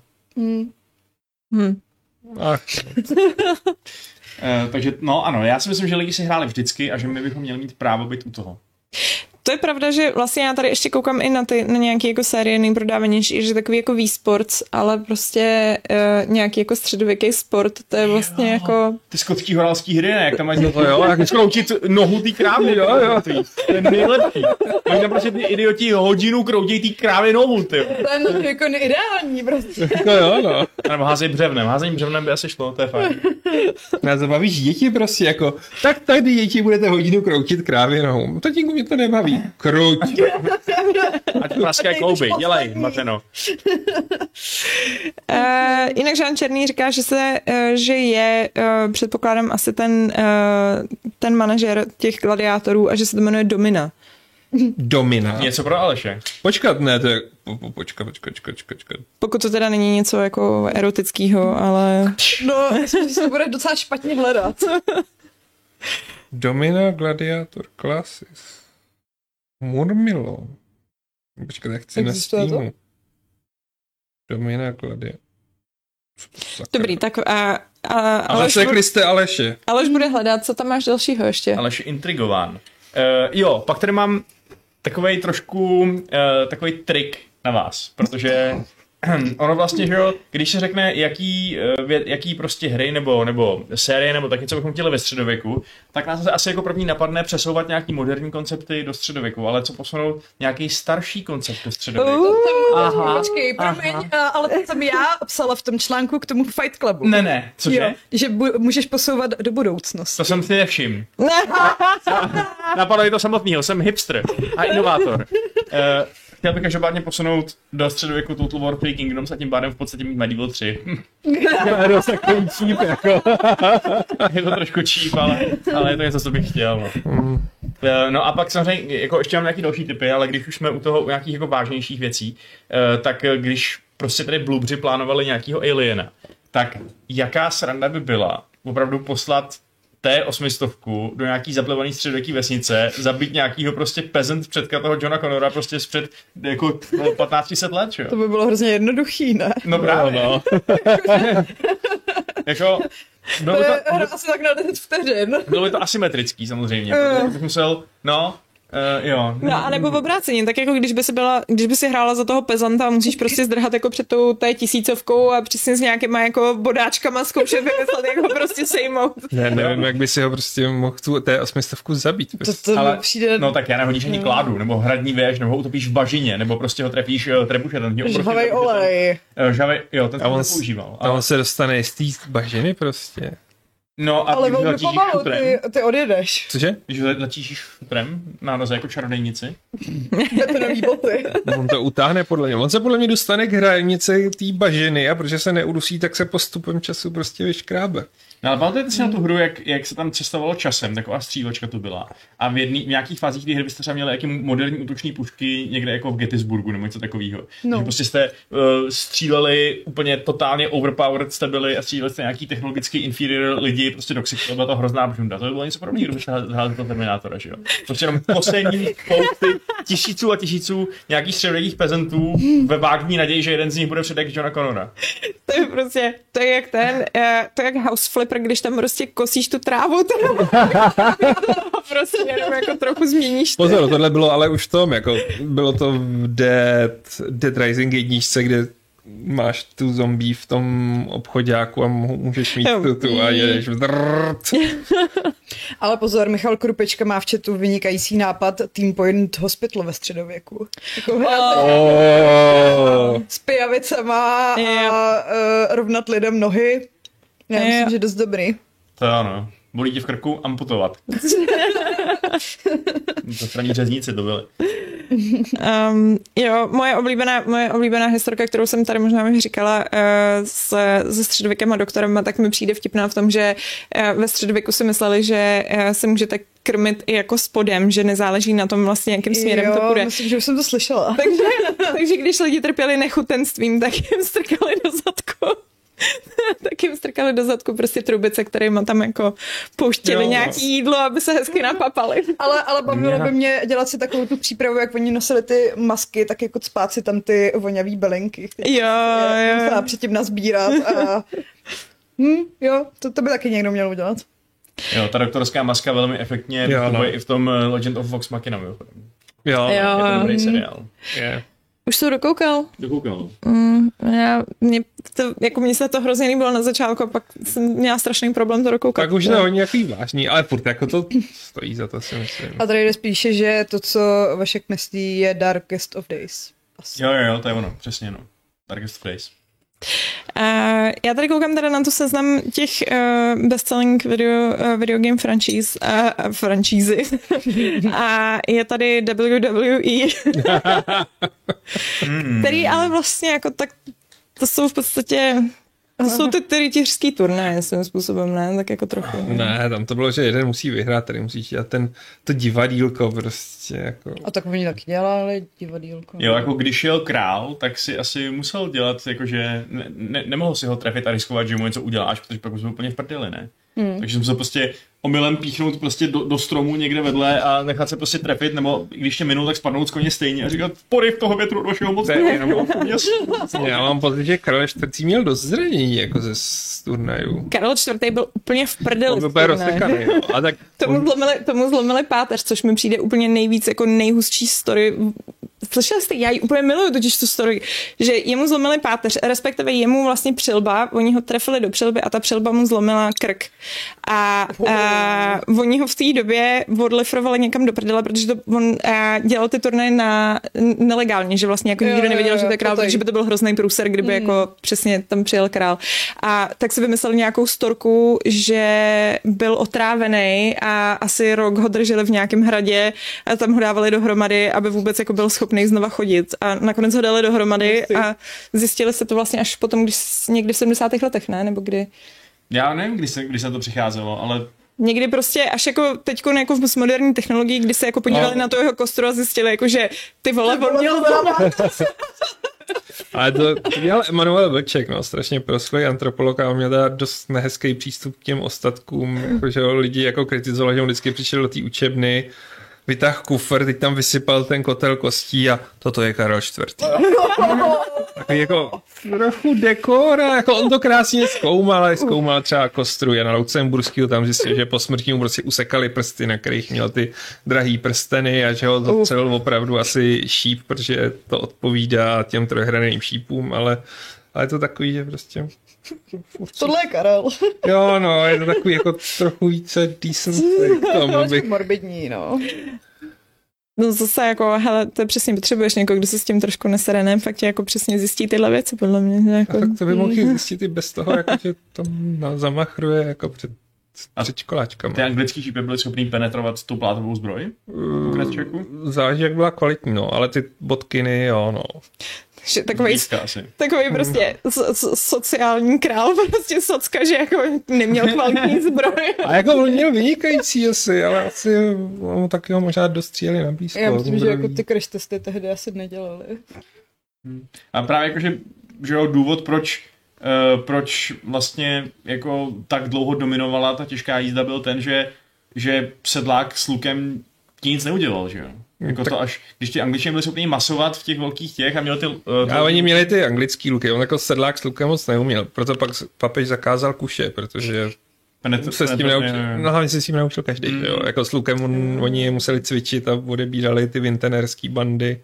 Ach. Takže, no ano, já si myslím, že lidi si hráli vždycky a že my bychom měli mít právo být u toho. To je pravda, že vlastně já tady ještě koukám i na nějaký jako série nejprodávanější, že takový jako e-sports, ale prostě nějaký jako středověký sport, to je vlastně jako... Ty skotský horalský hry, ne? Jak tam mají jak kroutit nohu té krávy, jo. To je nejlepší. Mají tam prostě ty idioti hodinu kroutějí té krávy nohu, ty. To je jako neideální prostě. No. Nebo házej břevnem. Házení břevnem by asi šlo, to je fajn. Já zabavíš děti prostě jako, tak tady děti budete hodinu kroutit krávě nohou. Tatínku mě to nebaví. Krouť. Ať praské klouby, dělej, Mateno. Jinak Žán Černý říká, že je předpokládám asi ten manažer těch gladiátorů a že se to jmenuje Domina. Domina. Něco pro Aleše. Počkat, ne, to je... Počkat. Pokud to teda není něco jako erotického, ale... No, myslím, že se bude docela špatně hledat. Domina Gladiator Classes. Murmilo. Počkat, jak chci na Steamu. Domina Gladiator. Dobrý, tak ale řekli jste Aleše. Aleš bude hledat, co tam máš dalšího ještě. Aleš je intrigován. Jo, pak tady mám takovej trošku takový trik na vás, protože ono vlastně, že jo, když se řekne, jaký prostě hry nebo série nebo taky, co bychom chtěli ve středověku, tak nás asi jako první napadne přesouvat nějaký moderní koncepty do středověku, ale co posunout nějaký starší koncept do středověku. Počkej, promiň, ale to jsem já psala v tom článku k tomu Fight Clubu. Ne, cože? Jo, že můžeš posouvat do budoucnosti. To jsem si nevšiml. Napadlo to samotného, jsem hipster a inovátor. Chtěl bych každopádně posunout do středověku Total War 3 Kingdoms a tím pádem v podstatě mít Medieval 3. Je to takový cheap, jako. Je to trošku cheap, ale je to něco, co bych chtěl. No a pak samozřejmě, jako ještě mám nějaký další typy, ale když už jsme u nějakých jako vážnějších věcí, tak když prostě tady blubři plánovali nějakýho aliena, tak jaká sranda by byla opravdu poslat T-800 do nějaký zaplivaný středověký vesnice, zabít nějakýho prostě peasant předka toho Johna Connora prostě zpřed jako 1500 let, jo? To by bylo hrozně jednoduchý, ne? No právě. No. Jako, to je asi tak na 10 vteřin. Bylo by to asymetrický samozřejmě, protože bych musel, jo. No, anebo v obráceně, tak jako když by si hrála za toho pezanta a musíš prostě zdrhat jako před tou tisícovkou a přesně s nějakýma jako bodáčkama zkoušet vymyslet, jak ho prostě sejmout. Nevím, jak by si ho prostě mohl tu T-800 zabít. To ale přijde... No tak já nehodíš ani kládu, nebo hradní věž, nebo ho utopíš v bažině, nebo prostě ho trefíš trebušetem. Žhavej olej. Jo, ten jsem používal. A on se dostane z té bažiny prostě. No a ale když velmi pomalu, ty odjedeš. Cože? Když letíš šutrem na noze jako čarodějnici. Betonový boty. On to utáhne podle něj. On se podle mě dostane k hranici té bažiny a protože se neudusí, tak se postupem času prostě vyškrábe. No ale pamatujete si na tu hru, jak se tam cestovalo časem, taková střílečka to byla. A v nějakých fázích té hry byste třeba měli jaký moderní útoční pušky někde jako v Gettysburgu nebo něco takového. No. Že prostě jste stříleli úplně totálně overpowered, jste byli a stříleli jste nějaký technologicky inferior lidi, prostě do ksichtu, to byla to hrozná břunda. To by bylo něco podobného, kdybyste hráli toho Terminátora, že jo. Prostě jenom poslední spousty tisíců a tisíců nějakých středověkých pezantů ve vágní naději, že jeden z nich bude předek Johna Connora. To je prostě, to je jak House Flipper, když tam prostě kosíš tu trávu, prostě jenom jako trochu změníš. Pozor, tohle bylo ale už v tom, jako bylo to v Dead Rising 1, kde máš tu zombie v tom obchodáku a můžeš mít tu a jedeš. Ale pozor, Michal Krupečka má v chatu vynikající nápad Team Point Hospital ve středověku. S pijavicema a rovnat lidem nohy. Já myslím, že dost dobrý. To ano. Bolí tě v krku, amputovat. To straní řezníci to byly. Jo, moje oblíbená historka, kterou jsem tady možná už říkala se středověkem a doktorem, tak mi přijde vtipná v tom, že ve středověku si mysleli, že se můžete krmit i jako spodem, že nezáleží na tom vlastně, jakým směrem to půjde. Myslím, že už jsem to slyšela. Takže když lidi trpěli nechutenstvím, tak jim strkali do zadku. Tak jim strkali do zadku prostě trubice, kterými tam jako pouštěli nějaký jídlo, aby se hezky napapali. Ale bavilo by mě dělat si takovou tu přípravu, jak oni nosili ty masky, tak jako cpát si tam ty vonavý belenky. Jo. Musela předtím nazbírat a jo, to by taky někdo měl udělat. Jo, ta doktorská maska velmi efektně vystupuje i v tom Legend of Vox Machina. Jo. Je to dobrý seriál. Už jsi to dokoukal? Dokoukal. Mně se to hrozně líbilo na začátku, a pak jsem měla strašný problém to dokoukat. Tak už to hodně nějaký vážný, ale furt jako to stojí za to, si myslím. A tady spíše, že to, co Vašek myslí, je Darkest of Days. Jo, to je ono, přesně no. Darkest of Days. Já tady koukám teda na tu seznam těch best-selling video game franšízy. A je tady WWE, který ale vlastně jako tak, to jsou v podstatě, to jsou ty rytířský turnaje svým způsobem, ne? Tak jako trochu. Ne, tam to bylo, že jeden musí vyhrát, tady musíš dělat to divadýlko prostě jako. A tak oni taky dělali divadýlko. Jo, jako když jel král, tak si asi musel dělat, jakože nemohl si ho trefit a riskovat, že mu něco uděláš, protože pak už byl úplně v prdeli, ne? Takže jsem musel prostě omylem píchnout prostě do stromu někde vedle a nechat se prostě trefit, nebo když tě minul, tak spadnout z koně stejně a říkat, poryv toho větru do všeho moc. Já mám pocit, že Karel IV. Měl dost zranění jako ze turnajů. Karel IV. Byl úplně v prdeli. On byl rozsekaný, no. A tak... tomu zlomili páteř, což mi přijde úplně nejvíc jako nejhustší story. Slyšeli jste, já ji úplně miluju totiž tu story, že jemu zlomili páteř, respektive jemu vlastně přilba, oni ho trefili do přilby a ta přilba mu zlomila krk. A oni ho v té době odlifrovali někam do prdele, protože on dělal ty turnaje nelegálně, že vlastně jako nikdo nevěděl, že to je král, protože by to byl hrozný průser, kdyby jako přesně tam přijel král. A tak si vymyslel nějakou storku, že byl otrávený a asi rok ho drželi v nějakém hradě a tam ho dávali dohromady, aby vůbec jako byl schopný znova chodit. A nakonec ho dali dohromady a zjistili se to vlastně až potom, když někdy v 70. letech, ne? Nebo kdy? Já nevím, když se to přicházelo, ale někdy prostě až jako teďko jako s moderní technologií, kdy se jako podívali na to jeho kostru a zjistili jako, že ty vole, on měl Ale to dělal Emanuel Vlček, no, strašně proslý antropolog a on měl teda dost nehezký přístup k těm ostatkům, jakože lidi jako kritizovali, že on vždycky přišel do té učebny, vytáhl kufr, teď tam vysypal ten kotel kostí a toto je Karel IV. Takový jako trochu dekor a jako on to krásně zkoumal třeba kostru Jana Lucemburského, tam zjistil, že po smrti mu prostě usekali prsty, na kterých měl ty drahý prsteny a že ho to celou opravdu asi šíp, protože to odpovídá těm trojhranným šípům, ale to takový, že prostě... Tohle je Karel. Jo, no, je to takový jako trochu více decent. Morbidní, no. No zase jako, hele, to přesně potřebuješ někoho, kdo se s tím trošku nesere, ne? Fakt tě jako přesně zjistí tyhle věci, podle mě. Jako... A tak to by mohl zjistit i bez toho, jako, že tam zamachruje jako před školáčkama. Ty anglický šípy byly schopný penetrovat tu plátovou zbroj? Záleží, jak byla kvalitní, no, ale ty bodkyny, jo, no. Takový prostě sociální král, prostě socka, že jako neměl kvalitní zbroj. A jako on měl vynikající asi, ale asi mu taky ho možná dostříjeli na blízko. Já myslím, že jako ty crash testy tehdy asi nedělali. A právě jakože že důvod, proč vlastně jako tak dlouho dominovala ta těžká jízda, byl ten, že sedlák s lukem ti nic neudělal, že jo? Jako tak... to až, když ti Angličané byli schopni masovat v těch velkých těch a měli ty... A oni měli ty anglický luky, on jako sedlák s lukem moc neuměl, proto pak papež zakázal kuše, protože se s tím naučil, no hlavně se s tím naučil každý, jo? Jako s lukem oni museli cvičit a odebírali ty vintenerský bandy.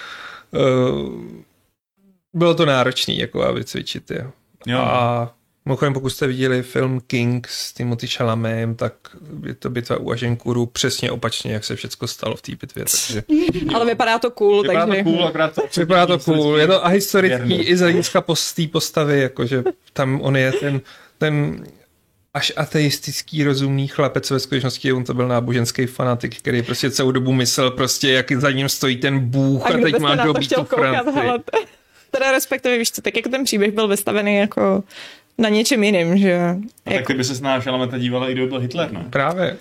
Bylo to náročný, jako aby cvičit, jo. A mimochodem, pokud jste viděli film King s Timothy Chalametem, tak je to bitva u Agincourtu přesně opačně, jak se všecko stalo v té bitvě. Takže... Ale vypadá to cool, vypadá takže... Vypadá to cool, je to a historický i z hlediska té postavy, jakože tam on je ten až ateistický rozumný chlapec, ve skutečnosti on to byl náboženský fanatik, který prostě celou dobu myslel prostě, jak za ním stojí ten Bůh a teď má dobít tu Francii. Teda respektive, víš co, tak jako ten příběh byl vystavený jako na něčem jiným, že a jako... tak ty by se s náš Šalameta dívala, i kdo byl Hitler, ne? Právě.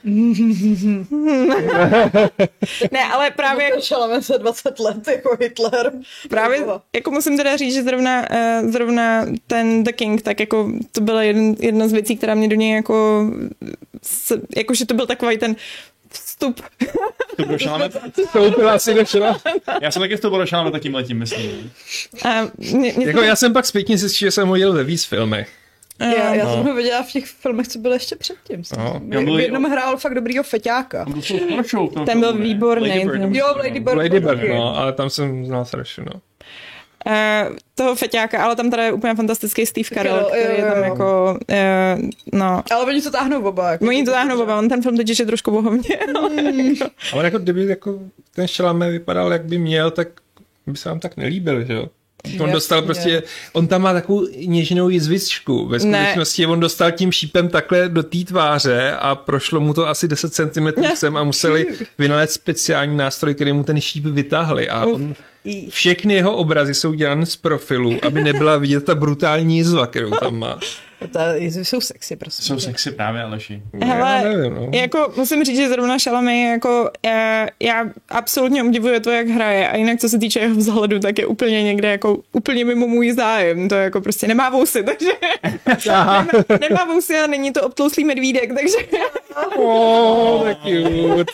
Ne, ale právě... Jako Šalamet za 20 let, jako Hitler. Právě, jako musím teda říct, že zrovna ten The King, tak jako to byla jedna z věcí, která mě do něj jako že to byl takový ten vstup do Šalameta? Vstoupila asi do Šalameta. Já jsem taky vstoupil do Šalameta tímhletím, myslím. Jako já jsem pak zpětně zjistil, že jsem ho dělal ve víc filmech. Já jsem ho viděla v těch filmech, co byly ještě předtím. V jednom hrál fakt dobrýho feťáka. Ten byl výborný. Jo, Lady Bird, no, ale tam jsem znal Srašu, no. Toho feťáka, ale tam teda je úplně fantastický Steve Carell, který je tam jako, no. Ale oni to táhnou oba. Jako oni to táhnou oba, on ten film totiž je trošku bohovně. Ale jako kdyby jako ten Chalamet vypadal, jak by měl, tak by se vám tak nelíbil, že jo? On dostal prostě, on tam má takovou něžnou jizvičku. Ve skutečnosti on dostal tím šípem takhle do té tváře a prošlo mu to asi 10 cm sem a museli vynalézt speciální nástroj, který mu ten šíp vytáhli. A on, všechny jeho obrazy jsou dělané z profilu, aby nebyla vidět ta brutální jizva, kterou tam má. Jsou sexy, prostě. Jsou sexy právě, Aleši. Hele, nevím, no. jako musím říct, že zrovna Chalamet, jako já absolutně obdivuju to, jak hraje a jinak co se týče jeho vzhledu, tak je úplně někde jako úplně mimo můj zájem. To jako prostě nemá vousy, takže nemá vousy a není to obtlouslý medvídek, takže tak cute.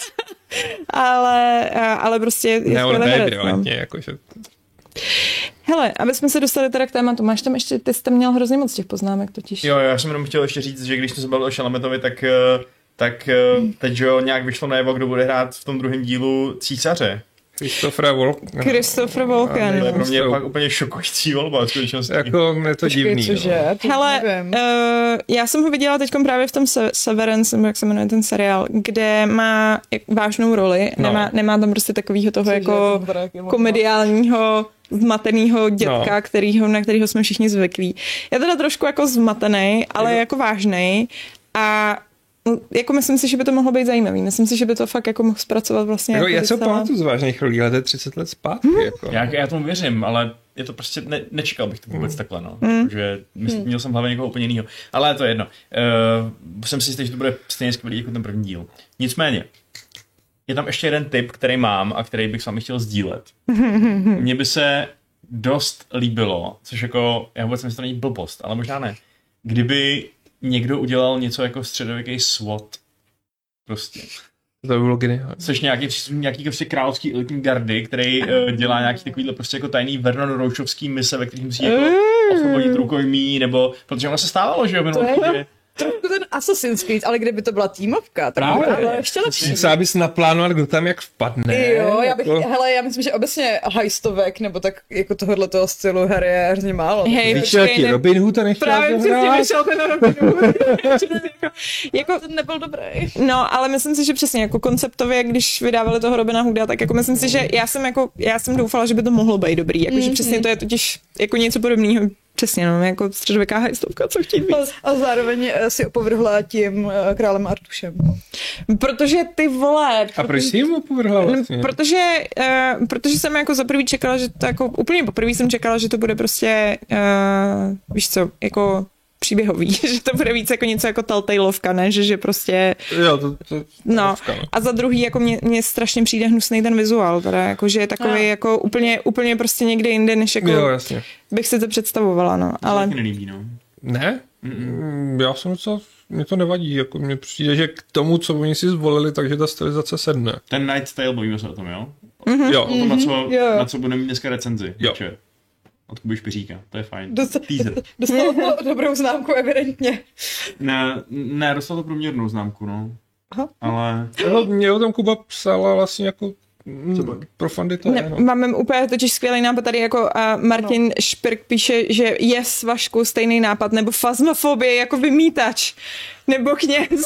ale prostě je skvělý herec, no. Jakože... Hele, aby jsme se dostali teda k tématu, máš tam ještě, ty jsi tam měl hrozně moc těch poznámek totiž. Jo, já jsem jenom chtěl ještě říct, že když jsme se bavili o Chalametovi, tak teď, že jo, nějak vyšlo najevo, kdo bude hrát v tom druhém dílu císaře. Christopher Walken. To je pro mě pak úplně šokující volba, skutečnosti. Jako je to divný. Cože? Hele, já jsem ho viděla teď právě v tom Severance, jak se jmenuje ten seriál, kde má vážnou roli, nemá tam prostě takovýho toho jako komediálního zmatenýho dětka, na kterýho jsme všichni zvyklí. Je teda trošku jako zmatený, ale jako vážnej a jako myslím si, že by to mohlo být zajímavý. Myslím si, že by to fakt jako mohl zpracovat vlastně. Jako já se pamatuju z vážných rolí, ale to je 30 let zpátky. Jako. Já tomu věřím, ale je to prostě, nečekal bych to vůbec takhle, no. Že měl jsem v hlavě někoho úplně jinýho. Ale to je jedno. Jsem si jistý, že to bude stejně skvělý jako ten první díl. Nicméně, je tam ještě jeden tip, který mám a který bych s vámi chtěl sdílet. Mně by se dost líbilo, což jako, já vůbec myslím, že to není blbost, ale možná ne. Kdyby někdo udělal něco jako středověký SWAT. Prostě. To by bylo geniální. Což nějaký prostě královský elitní gardy, který dělá nějaký takovýhle prostě jako tajný Vernon Roušovský mise, ve kterých musí jako osvobodit rukojmí, nebo, protože ono se stávalo, že jo, trošku ten Assassin's Creed, ale kdyby to byla týmovka, tak právě ještě lepší. Musela bys naplánovat, kdo tam jak vpadne. Jo, já myslím, že obecně heistovek, nebo tak jako tohoto stylu her je hrozně málo. Hej, víš, jaký Robin Hood a nechtěl právě přesně vyšel ten Robin Hood. Jako ten nebyl dobrý. No, ale myslím si, že přesně jako konceptově, když vydávali toho Robina Hooda, tak jako myslím si, že já jsem doufala, že by to mohlo být dobrý, jakože přesně to je totiž jako něco podobného. Přesně, no, jako středověká hajstovka, co chtít víc. A zároveň si opovrhla tím králem Artušem. Protože ty vole... A proč jsi jim opovrhla vlastně? Protože jsem jako za prvý čekala, že to jako úplně poprvé jsem čekala, že to bude prostě, víš co, jako příběhový, že to bude víc jako něco jako Telltaleovka, ne, že prostě... Jo, to no. A za druhý, jako mě strašně přijde hnusný ten vizuál, teda, jako, že je takový jako úplně prostě někde jinde, než jako jo, jasně. Bych si to představovala, no, ale... To nelíbí, no. Ne? Já jsem docela... Mně to nevadí, jako mně přijde, že k tomu, co oni si zvolili, takže ta stylizace sedne. Ten Night's Tale, bavíme se o tom, jo? Jo. O tom, na co budeme mít dneska recenzi. Jo. Od Kuby Špiříka, to je fajn. Dostalo to dobrou známku, evidentně. Ne, dostalo to průměrnou známku, no. Aha. Ale... Mě o tom Kuba psala vlastně jako pro fandy to je, no. Máme úplně totiž skvělý nápad tady, jako Martin Špirk píše, že je Vašku stejný nápad, nebo fazmofobie jako vymítač, nebo kněz.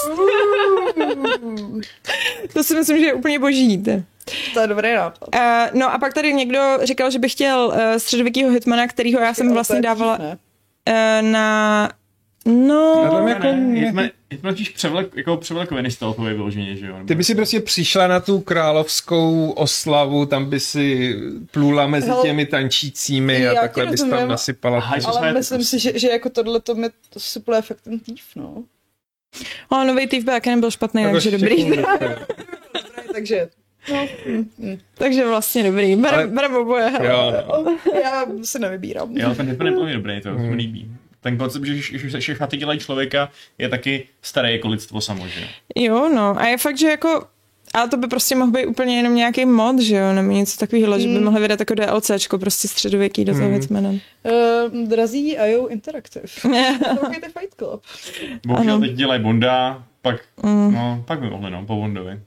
To si myslím, že je úplně boží. To je dobrý nápad. No a pak tady někdo říkal, že by chtěl středověkýho hitmana, kterýho já jsem vlastně dávala na... No... Hitman totiž převlekový stealthový vyloženě, že jo? Ty by si prostě přišla na tu královskou oslavu, tam by si plula mezi těmi tančícími a takhle bys tam nasypala. Ale myslím si, že jako tohleto mi to super efektem týf, no. Ale novej týf by taky nebyl špatný, takže dobrý. Takže... No. Takže vlastně dobrý. Berem oboje. Já se nevybírám. Jo, ten Hitman je plně dobrý, to mi líbí. Ten koncept, že všechna ty dělají člověka, je taky staré jako lidstvo samozřejmě. Jo, no. A je fakt, že jako... Ale to by prostě mohl být úplně jenom nějaký mod, že jo? Nebo něco takového, že by mohli vydat jako DLCčko, prostě středověký do toho Hitmanem. Drazí IO Interactive. Koukejte Fight Club. Bohužel teď dělají Bonda, pak by mohli, po Bondovi.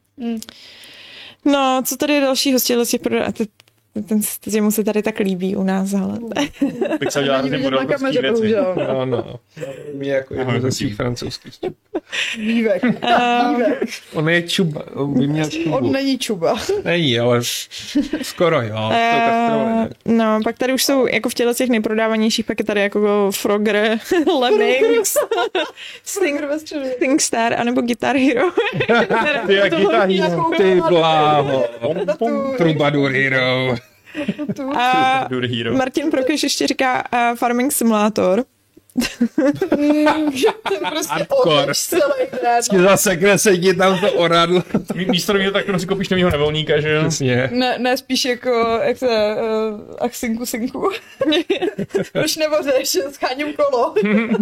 No, co tady je dalšího z těch ten mu se tady tak líbí u nás, ale... Bych se udělal ty budoucí věci. No. Mě jako jedno ze svých francouzských. Vývek. On je Čuba. On není Čuba. Není, ale skoro jo. No, pak tady už jsou jako v těch nejprodávanějších, pak je tady jako Frogger, Lemmings, SingStar, anebo Guitar Hero. Guitar Hero, ty bláho. Troubadour Hero. A Martin Prokeš ještě říká Farming Simulator. To prostě pověš celý den. Zase kresedí tam to oradlo. Místo mě tak si koupíš novýho nevolníka, že jo? Přesně. Ne, spíš jako, jak to je, ach synku. Už nevořeš, scháním kolo.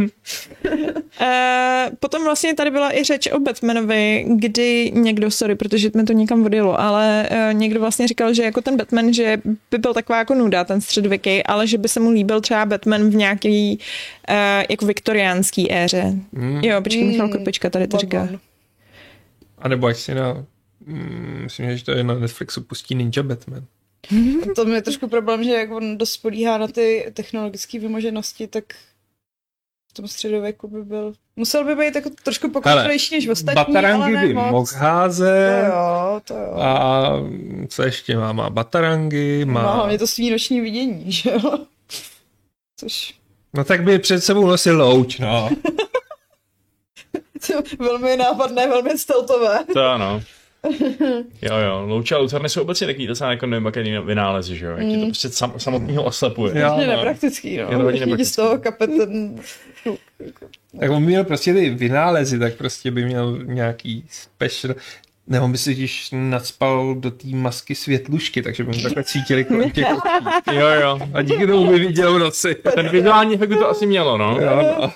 Potom vlastně tady byla i řeč o Batmanovi, kdy někdo, sorry, protože mi to někam odjelo, ale někdo vlastně říkal, že jako ten Batman, že by byl taková jako nuda, ten středověký, ale že by se mu líbil třeba Batman v nějaký jako viktoriánský éře. Jo, počkej, Michal Krupička tady to říká. A nebo ať si myslím, že to je na Netflixu, pustí Ninja Batman. To je trošku problém, že jak on dost spolíhá na ty technologické vymoženosti, tak v tom středověku by byl... Musel by být jako trošku pokročilejší než ostatní, batarangy ale by ne moc. mohl házet. To jo. A co ještě má? Má batarangy, má... No, hlavně to svý noční vidění, že jo? Což... No tak by před sebou nosil louč, no. Velmi nápadné, velmi stealthové. To ano. Jo, louče a lucerny jsou obecně takový docela jako nevím, vynálezy, že jo? Jak ti to prostě samotného oslepuje. Jo, Hodně no. nepraktický, no. Je to hodně Všichni nepraktický. z toho kape ten... Tak on by měl prostě ty vynálezy, tak prostě by měl nějaký special... Nebo by si když nacpal do té masky světlušky, takže by mu takhle cítili kolem těch očí. Jo. A díky tomu by viděl v noci. Ten vizuální efekt by to asi mělo, no. Jo, no.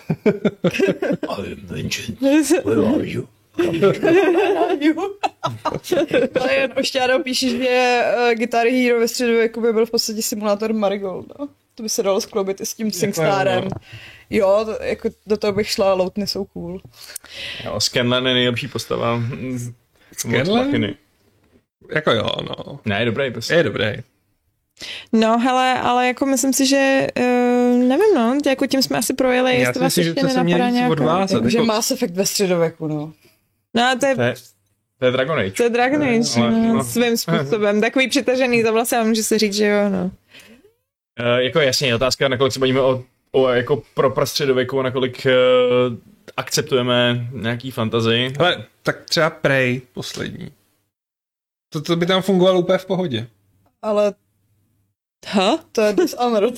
Ale jen ošťádou píšeš, že Guitar Hero ve středověku by byl v podstatě simulátor Marigold, no. To by se dalo skloubit i s tím SingStarem. Jo, jako do toho bych šla, loutny jsou cool. Jo, Scanlan je nejlepší postava. Scanlan? Jako jo, no. Ne, je dobrý prostě. Je dobrý. No, hele, ale jako myslím si, že nevím, no, jako tím jsme asi projeli, Já jestli si vás myslím, že ještě to se nenapadá měli nějaká. odvázat. Takže Jako... Mass Effect ve středověku, no. No, To je Dragon Age. to je Dragon Age, Ale- no, no. svým způsobem. Takový přitažený za vlasy, ale může se říct, že jo, no. Jako jasně, otázka, nakolik se bavíme o jako pro středověku, nakolik akceptujeme nějaký fantazii. Ale tak třeba Prey poslední. To by tam fungovalo úplně v pohodě. Ale to je Dishonored.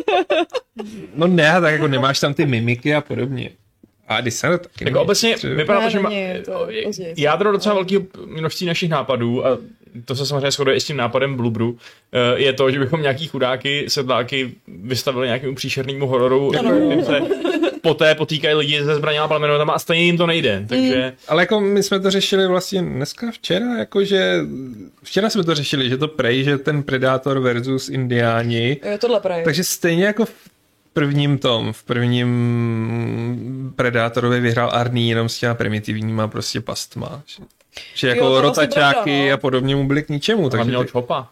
No ne, tak jako nemáš tam ty mimiky a podobně. A Dishonored taky. Jako obecně vypadá to, že jádro docela velkého množství našich nápadů, a to se samozřejmě shoduje i s tím nápadem Blubru, je to, že bychom nějaký chudáky, sedláky vystavili nějakému příšernému hororu, kterým se poté potýkají lidi se zbraněma plamenotama a stejně jim to nejde, takže... Ale jako my jsme to řešili vlastně včera, jakože včera jsme to řešili, že to Prey, že ten Predátor versus Indiáni. Jo, tohle Prey. Takže stejně jako v prvním Predátorovi vyhrál Arný jenom s těma primitivníma prostě pastma. Že jako Jo, to rotačáky vlastně pravda, no. A podobně mu byly k ničemu. Ale Takže měl čopa.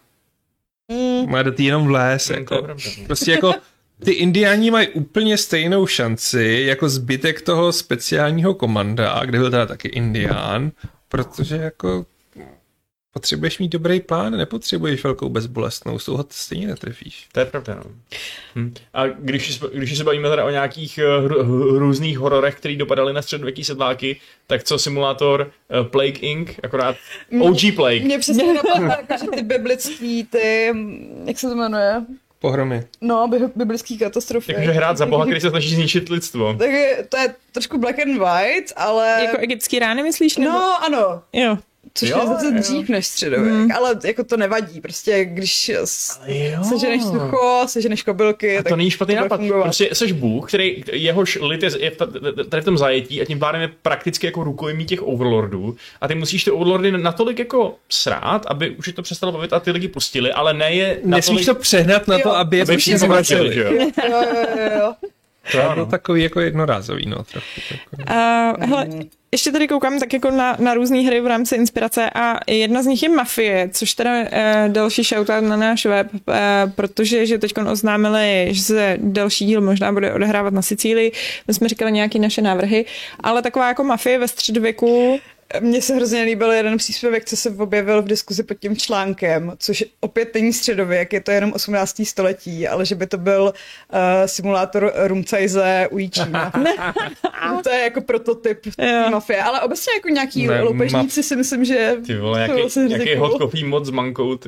má do tý jenom vlés. Jako. Prostě jako ty Indiáni mají úplně stejnou šanci jako zbytek toho speciálního komanda, kde byl teda taky Indián, protože jako potřebuješ mít dobrý plán, nepotřebuješ velkou bezbolestnou, s toho stejně netrefíš. To je pravda, no. A když se bavíme teda o nějakých různých hororech, který dopadaly na středověký sedláky, tak co simulátor Plague Inc., akorát OG Plague. Mě přesně napadá, jako, že ty biblický, jak se to jmenuje? Pohromy. No, biblický katastrofy. Jakože hrát za boha, který se snaží zničit lidstvo. Tak to je trošku black and white, ale... Jako egyptský rány, myslíš? Nebo? No, ano. Jo. Což je zase dřív než středověk, ale jako to nevadí, prostě když seženeš sucho, seženeš kobylky, a tak to není špatný nápad. fungovat. Prostě jsi Bůh, který jehož lid je tady v tom zajetí a tím pádem je prakticky jako rukojmí těch overlordů a ty musíš ty overlordy natolik jako srát, aby už je to přestalo bavit a ty lidi pustili, ale ne je natolik... Nesmíš to přehnat na to, aby je všichni zvraceli. že jo? Jo. To To bylo takový jako jednorázový, no, trochu. Hele, ještě tady koukám tak jako na různé hry v rámci inspirace a jedna z nich je Mafie, což teda další shoutout na náš web, protože že teď oznámili, že se další díl možná bude odehrávat na Sicílii, my jsme říkali nějaké naše návrhy, ale taková jako Mafie ve středověku. Mně se hrozně líbil jeden příspěvek, co se objevil v diskuzi pod tím článkem, což opět není středověk, je to jenom 18. století, ale že by to byl simulátor Rumcajze u Jíčína. To je jako prototyp mafie, ale obecně jako nějaký loupežníci si myslím, že... Ty vole, nějaký hot coffee mod s mankou, ty.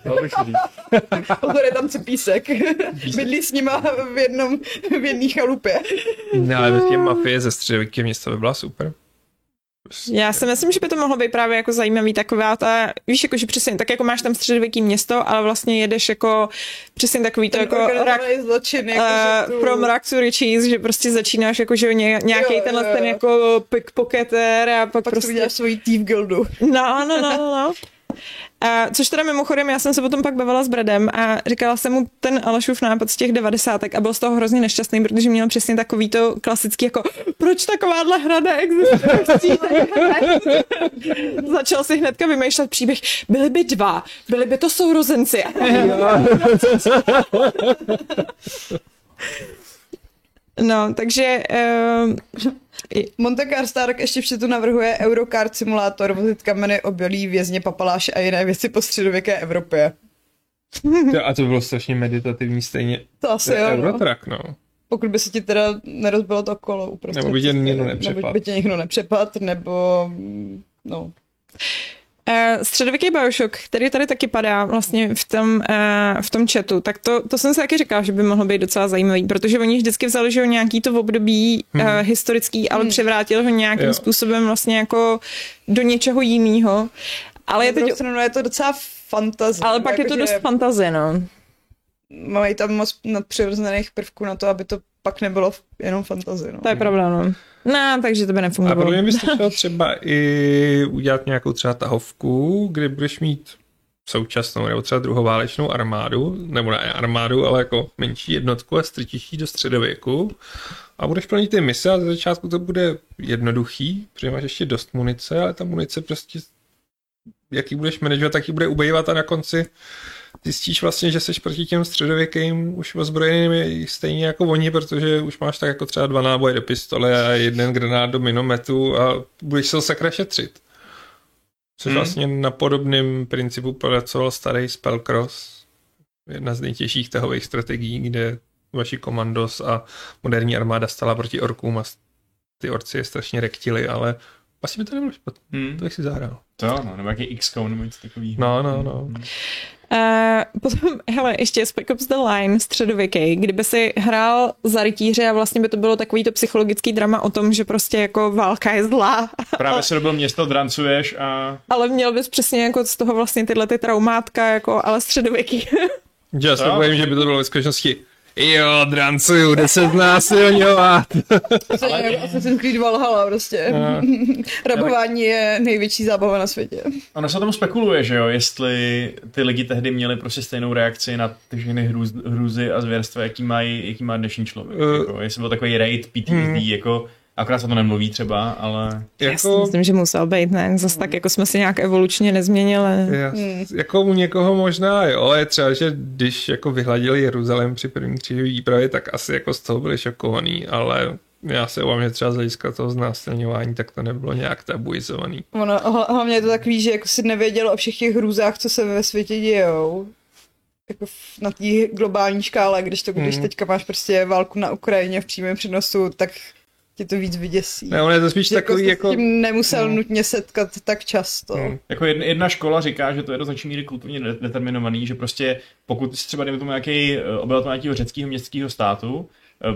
Pozor, je tam cepísek. Bydlí s nima v jedné chalupě. No, ale vlastně mafie ze středověké města by byla super. Já si myslím, že by to mohlo být právě jako zajímavý taková ta, víš, jako, že přesně tak jako máš tam středověký město, ale vlastně jedeš jako přesně takový to jako zločin, from rags to riches, že prostě začínáš jako, že nějaký tenhle ten jako pickpocketer a pak prostě uděláš svoji thief guildu. No. Což teda mimochodem, já jsem se potom pak bavila s Bradem a říkala jsem mu ten Alešův nápad z těch 90. a byl z toho hrozně nešťastný, protože měl přesně takový to klasický jako proč takováhle hra neexistuje? Začal si hnedka vymýšlet příběh. Byli by dva, byli by to sourozenci. No, takže Monte Car Stark ještě přitom navrhuje Eurocard simulátor, vozit kameny, obilí, vězně, papaláše a jiné věci po středověké Evropě. A to bylo strašně meditativní stejně. To asi jo, Eurotrack, no. Pokud by se ti teda nerozbilo to kolo uprostřed. Nebo by tě někdo nepřepad. Nebo by tě někdo nepřepad, nebo no. Středověký Bioshock, který tady taky padá vlastně v tom chatu, tak to jsem si taky říkala, že by mohlo být docela zajímavý, protože oni vždycky vzali, že nějaký to období historický, ale převrátili ho nějakým způsobem vlastně jako do něčeho jiného. Ale je to docela fantazie. Ale pak je to dost fantazie, no. Mají tam moc nadpřirozených prvků na to, aby to pak nebylo jenom fantazie. No. To je pravda, no. No, takže to by nefungovalo. A pro mě bys chtěl třeba i udělat nějakou třeba tahovku, kde budeš mít současnou nebo třeba druhoválečnou armádu, nebo ne armádu, ale jako menší jednotku a strčíš ji do středověku a budeš plnit ty mise a ze začátku to bude jednoduchý, protože máš ještě dost munice, ale ta munice prostě jaký budeš manažovat, tak ji bude ubejvat a na konci zjistíš vlastně, že seš proti těm středověkým už ozbrojeným stejně jako oni, protože už máš tak jako třeba 2 náboje do pistole a 1 granát do minometu a budeš se sakra šetřit. Což vlastně na podobném principu pracoval starý Spellcross, jedna z nejtěžších tahových strategií, kde vaši komandos a moderní armáda stala proti orkům a ty orci je strašně rektili, ale vlastně by to nebylo špatné. To bych si zahrál. To no, nebo jaký XCOM nebo něco takového. No. Potom, hele, ještě Spec Ops The Line, středověký, kdyby si hrál za rytíře a vlastně by to bylo takový to psychologický drama o tom, že prostě jako válka je zlá. Právě se dobil město, drancuješ a... Ale měl bys přesně jako z toho vlastně tyhle ty traumátka, jako, ale středověký. Já se bojím, že by to bylo ve skutečnosti jo, drancuju, 10 znásilňovat. Assassin's Creed Valhalla prostě. Rabování je největší zábava na světě. Ono se o tom spekuluje, že jo, jestli ty lidi tehdy měli prostě stejnou reakci na ty všechny hrůzy a zvěrstva, jaký má dnešní člověk. Jako, jestli byl takový raid PTSD, jako akorát se to nemluví třeba, ale... Já si myslím, že musel být, ne? Zase tak jako jsme si nějak evolučně nezměnili. Jako u někoho možná, jo, ale třeba, že když jako vyhladili Jeruzalém při první křížové výpravě, tak asi jako z toho byli šokovaný, ale já se obávám, že třeba z hlediska toho znásilňování, tak to nebylo nějak tabuizovaný. Hlavně je to takový, že jako si nevěděl o všech těch hrůzách, co se ve světě dějou. Jako na té globální škále, když teďka máš prostě válku na Ukrajině v přímém přenosu, tak tě to víc vyděsí. Ne, on je to spíš takový jako... S tím nemusel nutně setkat tak často. Jako jedna škola říká, že to je do značné míry kulturně determinovaný, že prostě pokud si třeba dejme tomu nějaký obyvatel nějakého řeckého městského státu,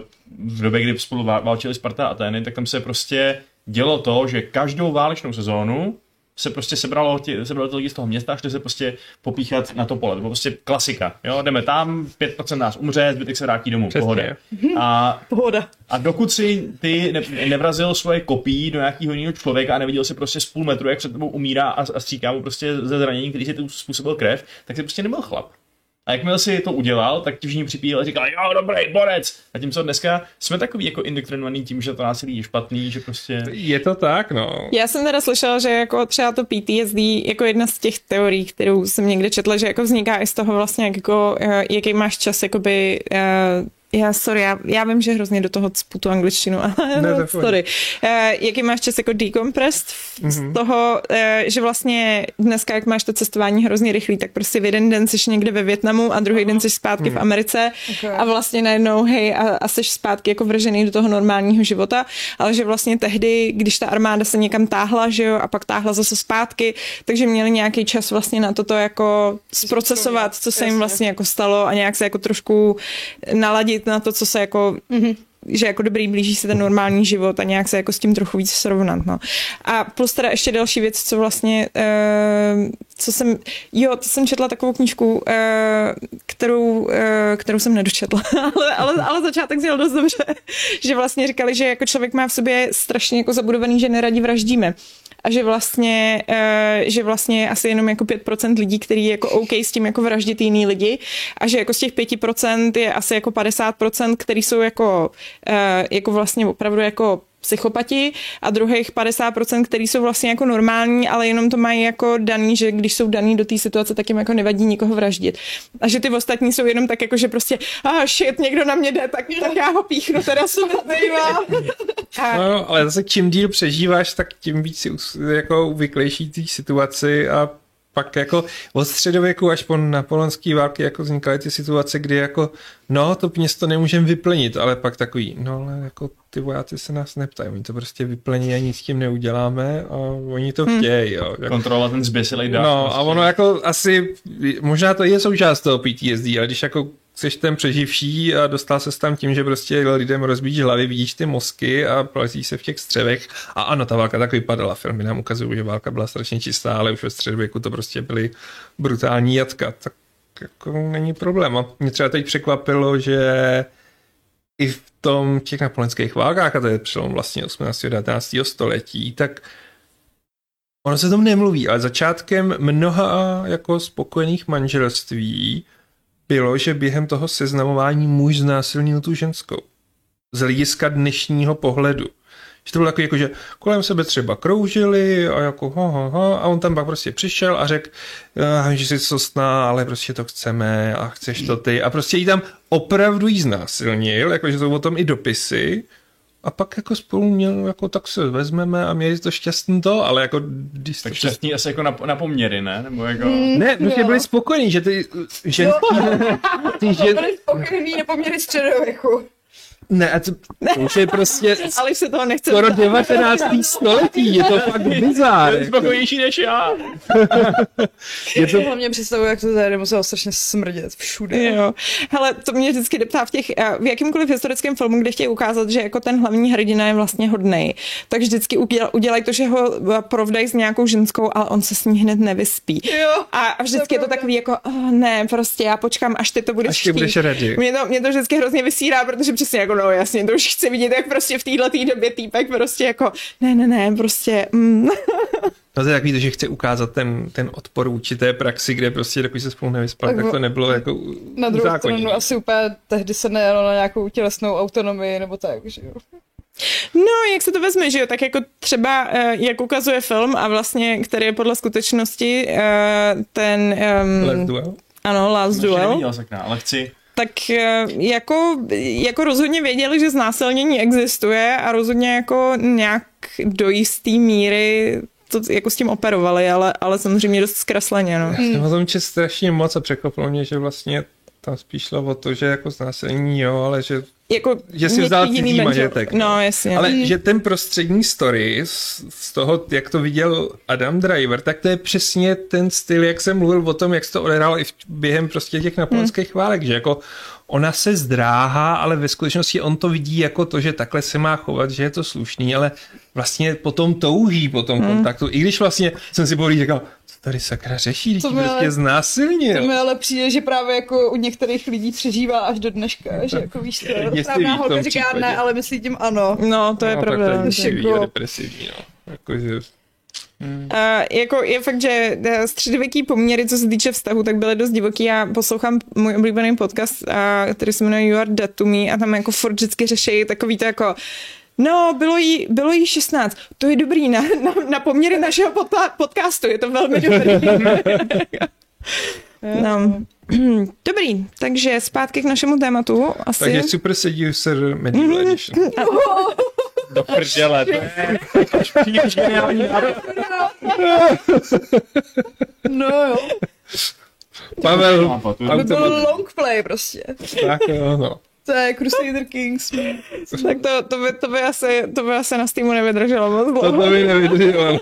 v době, kdy spolu válčili Sparta a Atény, tak tam se prostě dělo to, že každou válečnou sezónu se prostě sebralo ty lidi z toho města a šli se prostě popíchat na to pole. To bylo prostě klasika. Jo? Jdeme tam, 5% nás umře, zbytek se vrátí domů. Pohoda. A dokud si ty nevrazil svoje kopí do nějakého jiného člověka a neviděl si prostě z půl metru, jak před tebou umírá a stříká mu prostě ze zranění, který si tu způsobil krev, tak si prostě nebyl chlap. A jakmile si to udělal, tak ti všichni připíjeli a říkali, jo, dobrý, borec. A tím, co dneska jsme takový jako indoktrinovaný tím, že to násilí je špatný, že prostě... Je to tak, no. Já jsem teda slyšela, že jako třeba to PTSD jako jedna z těch teorií, kterou jsem někde četla, že jako vzniká i z toho vlastně, jako, jaký máš čas jakoby Já vím, že hrozně do toho cpu tu angličtinu, ale sorry. Jaký máš čas jako decompressed z toho, že vlastně dneska, jak máš to cestování hrozně rychlý, tak prostě v jeden den jsi někde ve Vietnamu a druhý den jsi zpátky v Americe a vlastně najednou hej a jsi zpátky jako vržený do toho normálního života, ale že vlastně tehdy, když ta armáda se někam táhla, že jo, a pak táhla zase zpátky, takže měli nějaký čas vlastně na toto jako zprocesovat, co se jim vlastně jako stalo a nějak se jako trošku naladit na to, co se jako, že jako dobrý, blíží se ten normální život a nějak se jako s tím trochu víc srovnat, no. A plus teda ještě další věc, co vlastně, to jsem četla takovou knížku, kterou jsem nedočetla, ale začátek zněl dost dobře, že vlastně říkali, že jako člověk má v sobě strašně jako zabudovaný, že neradi vraždíme. A že vlastně asi jenom jako 5% lidí, který je jako OK s tím jako vraždit jiný lidi a že jako z těch 5% je asi jako 50%, který jsou jako vlastně opravdu jako psychopati a druhých 50%, který jsou vlastně jako normální, ale jenom to mají jako daný, že když jsou daný do té situace, tak jim jako nevadí nikoho vraždit. A že ty ostatní jsou jenom tak jako, že prostě shit, někdo na mě jde, tak já ho píchnu, teda se nezbývá. No, ale zase čím díl přežíváš, tak tím víc si jako uvyklejší té situaci a pak jako od středověku až po napoleonské války jako vznikaly ty situace, kdy jako to město nemůžeme vyplnit, ale pak takový, ale jako ty vojáci se nás neptají, oni to prostě vyplní a nic s tím neuděláme a oni to chtějí. Jo. Kontrolovat ten zběsilej dát. No prostě. A ono jako asi, možná to je součást toho PTSD, ale když jako jsi ten přeživší a dostal se tam tím, že prostě lidem rozbíjíš hlavy, vidíš ty mozky a plazíš se v těch střevech. A ano, ta válka tak vypadala. Filmy nám ukazují, že válka byla strašně čistá, ale už ve středověku to prostě byly brutální jatka. Tak jako není problém. A mě třeba teď překvapilo, že i v těch napoleonských válkách, a to je přelom vlastně 18. a 19. století, tak ono se tomu nemluví, ale začátkem mnoha jako spokojených manželství bylo, že během toho seznamování muž znásilnil tu ženskou. Z hlediska dnešního pohledu. Že to bylo takový, jako, že kolem sebe třeba kroužili a jako a on tam pak prostě přišel a řekl, že jsi sostná, ale prostě to chceme a chceš to ty. A prostě jí tam opravdu jí znásilnil, jakože jsou o tom i dopisy. A pak jako spolu měl, jako tak se vezmeme a měli to šťastný to, ale jako... Tak šťastný asi jako na poměry, ne? Nebo jako... Ne, protože byli spokojení, že ty ženský... Byli spokojení na poměry středověku. Ne, a to už je prostě ale se toho nechce skoro 19. století, je to fakt bizár. Je spokojenější než já. Je to hlavně představuji, jak to tady muselo strašně smrdět všude. Jo. Hele, to mě vždycky deptá v jakýmkoliv historickém filmu, kde chtějí ukázat, že jako ten hlavní hrdina je vlastně hodnej, tak vždycky udělají to, že ho provdají s nějakou ženskou, ale on se s ní hned nevyspí. Jo, a vždycky je to takový jako, ne, prostě já počkám, až ty to budeš chtít. Budeš ready. Mě to vždycky hrozně vysírá, protože přesně jako no jasně, to už chci vidět, jak prostě v této době týpek prostě jako ne, prostě No to je takový to, že chce ukázat ten odpor vůči té praxi, kde prostě dokud se spolu nevyspal, tak to nebylo jako na druhou stranu asi úplně tehdy se nejelo na nějakou tělesnou autonomii nebo tak, že jo. No, jak se to vezme, že jo, tak jako třeba, jak ukazuje film a vlastně, který je podle skutečnosti ten... Last Duel? Ano, Last Duel. Neviděl se ale chci... Tak jako rozhodně věděli, že znásilnění existuje a rozhodně jako nějak do jistý míry to jako s tím operovali, ale samozřejmě dost zkresleně, no. Já jsem o tom čet strašně moc a překvapilo mě, že vlastně tam spíš šlo o to, že jako znásilnění, jo, ale že si vzal cizí majetek. No, jasně. Ale že ten prostřední story z toho, jak to viděl Adam Driver, tak to je přesně ten styl, jak jsem mluvil o tom, jak se to odehrál i během prostě těch napoleonských válek, že jako ona se zdráhá, ale ve skutečnosti on to vidí jako to, že takhle se má chovat, že je to slušný, ale vlastně potom touží po tom kontaktu. I když vlastně jsem si pohlídal, říkal, co tady sakra řeší, když prostě znásilnil. To mi ale přijde, že právě jako u některých lidí přežívá až do dneška, že jako víš to, správná holka říká ne, ale myslí tím ano. No, to je pravda. To je depresivní, no. Jakože... Jako je fakt, že středověký poměry, co se týče vztahu, tak byly dost divoký. Já poslouchám můj oblíbený podcast, který se jmenuje You Are Dead to Me a tam jako furt vždycky řeší takový to jako no, bylo jí 16. To je dobrý na poměry našeho podcastu. Je to velmi dobrý. No. Dobrý, takže zpátky k našemu tématu. Asi. Tak je Super Seducer Medieval Edition. Do prdele, to je příliš geniální nápad. No jo. Pavel, To by byl long play prostě. tak jo, no. To je Crusader Kings. Tak to by asi na Steamu nevydrželo moc dlouho. To by nevydrželo.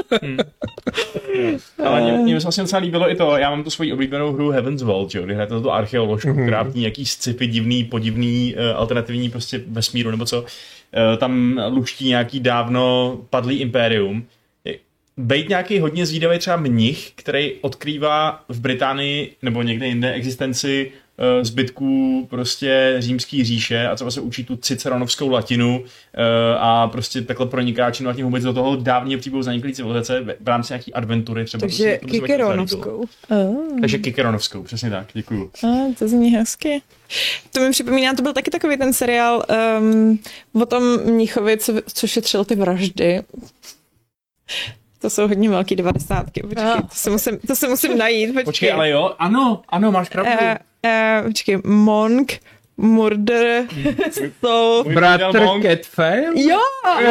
Ale mě se vlastně docela líbilo i to, já mám tu svoji oblíbenou hru Heaven's Vault, jo, kdy hrajete tu archeoložku, která v ní nějaký sci-fi divný, podivný, alternativní prostě vesmíru nebo co. Tam luští nějaký dávno padlý impérium. Bejt nějaký hodně zvídavý třeba mnich, který odkrývá v Británii nebo někde jinde existenci zbytků prostě římský říše a třeba se učí tu ciceronovskou latinu a prostě takhle proniká činu a tím vůbec do toho dávného příběhu zaniklý civilizace v rámci nějaký adventury třeba. Takže Kikeronovskou. Takže Kikeronovskou, přesně tak, děkuju. To zní hezky. To mi připomíná, to byl taky takový ten seriál o tom mnichovi, co šetřil ty vraždy. To jsou hodně velký 90. Počkej, to se musím najít. Počkej, ale jo, ano, máš pravdu. Počkej, Monk, Murder, Soul. Bratr Catfile? Jo!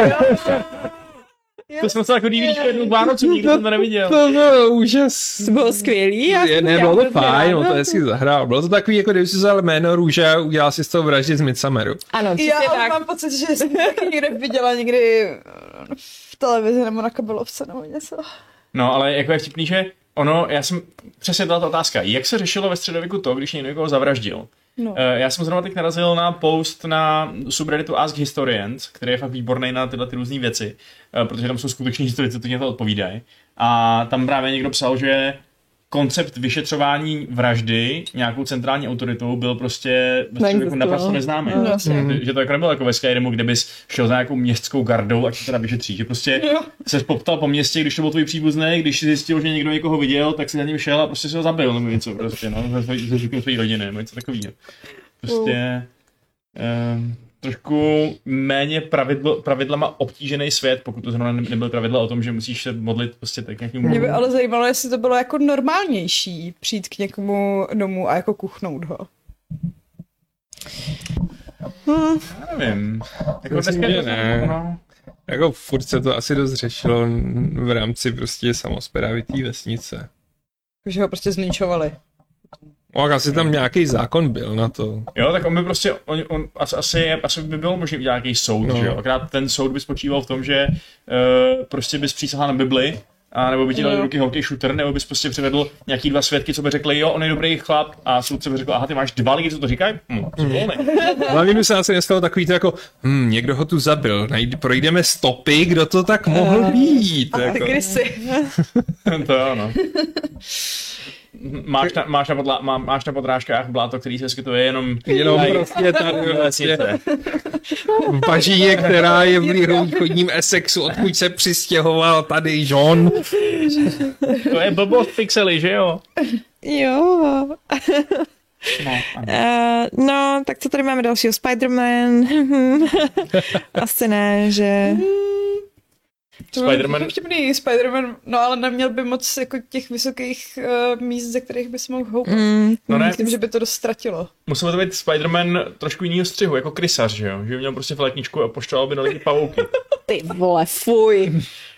To jsem se jako DVDčko jednou Vánocu, nikdo jsem to neviděl. To bylo úžas. To bylo skvělý. Bylo to fajn, to hezky zahrál. Bylo to takový, jako kdyby si vzal jméno Růže a udělal si z toho vraždy z Midsummeru. Ano, Já tak. mám pocit, že jsem taky někde viděla někdy v televizi nebo na kabelovce nebo něco. No, ale jako je vtipný, že ono, já jsem přesně byla ta otázka, jak se řešilo ve středověku to, když někdo někoho zavraždil? No. Já jsem zrovna teď narazil na post na subredditu Ask Historians, který je fakt výborný na tyhle ty různé věci, protože tam jsou skuteční historici, kteří na to odpovídají. A tam právě někdo psal, že koncept vyšetřování vraždy nějakou centrální autoritou byl prostě jako naprosto neznámý. Že to jako nebylo jako ve Skyrimu, kde bys šel za nějakou městskou gardou a ti teda vyšetří. Že prostě ses poptal po městě, když to byl tvůj příbuzný, když si zjistil, že někdo někoho viděl, tak si za ním šel a prostě si ho zabil nebo něco prostě, no, ze zvykem své rodiny nebo něco takového. Prostě trošku méně pravidlama obtížený svět, pokud to zrovna nebyly pravidla o tom, že musíš se modlit prostě tak nějakým... Mě by ale zajímalo, jestli to bylo jako normálnější přijít k někomu domů a jako kuchnout ho. Já nevím. Jako myslím, že ne. No. Jako furt se to asi dost řešilo v rámci prostě samosprávy té vesnice. Že ho prostě zlinčovali. Asi tam nějaký zákon byl na to. Jo, tak on by prostě, asi by bylo možné udělat nějaký soud, že jo? Akorát ten soud by spočíval v tom, že prostě bys přísahal na Bibli, a nebo by ti dali do ruky hokej shooter, nebo bys prostě přivedl nějaký dva svědky, co by řekli, jo, on je dobrý chlap, a soudce by řekl, aha, ty máš dva lidi, co to říkají? Hlavně by se asi nestalo takový to jako, někdo ho tu zabil, projdeme stopy, kdo to tak mohl být. A jako. ty krysy. To jo, no. Máš na podrážkách bláto, který se vyskytuje jenom prostě tady vlastně v bažině, která je v východním Essexu, odkud se přistěhoval tady John. To je blbost pixely, že jo? Jo. No, tak co tady máme dalšího? Spider-Man. Asi ne, že... Spider-Man, no ale neměl by moc jako těch vysokých míst, ze kterých by se mohl houpat. No ne, myslím, že by to dost ztratilo. Musel to být Spider-Man trošku jinýho střihu, jako krysař, že jo? Že by měl prostě flékničku a poštoval by na lidi pavouky. Ty vole, fuj.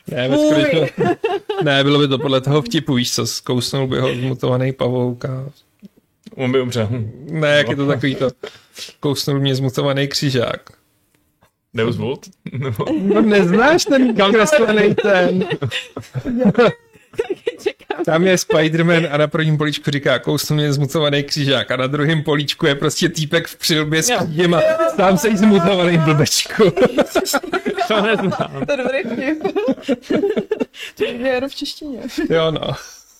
Ne, bylo by to podle toho vtipu, víš co, zkousnul by ho zmutovaný pavouk a... On by umřel. Ne, jak je to takový to, kousnul mě zmutovaný křižák. Deus Vult? No neznáš ten kreslený ten. Tam je Spider-Man a na prvním políčku říká, kousnul mě zmutovaný křižák a na druhém políčku je prostě týpek v přilbě s kýděm a sám se jí zmutovaný blbečku. To neznám. To je dobrý vtip. To je jenom v češtině. Jo, no.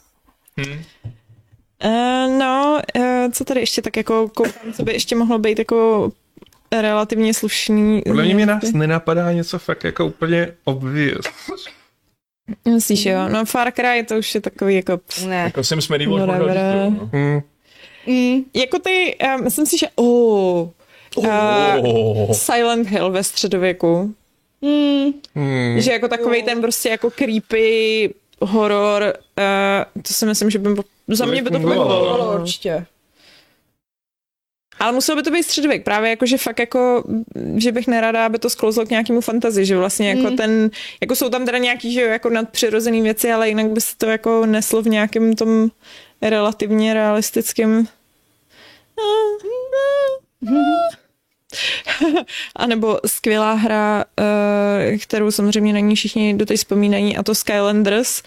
Co tady ještě tak jako koukám, co by ještě mohlo být jako relativně slušný. Podle mě nás nenapadá něco fakt jako úplně obvious. Myslíš, jo? No Far Cry to už je takový jako... Ne. Jako Sims Medieval. Jako ty, myslím si, že Silent Hill ve středověku. Že jako takovej ten prostě jako creepy horor, to si myslím, že by za mě by to fungovalo. Určitě. Ale muselo by to být středověk, právě jako, že fakt jako, že bych nerada, aby to sklouzlo k nějakému fantasy, že vlastně jako jako jsou tam teda nějaký, že jako nadpřirozený věci, ale jinak by se to jako neslo v nějakém tom relativně realistickém a nebo skvělá hra, kterou samozřejmě na ní všichni doteď vzpomínají, a to Skylanders.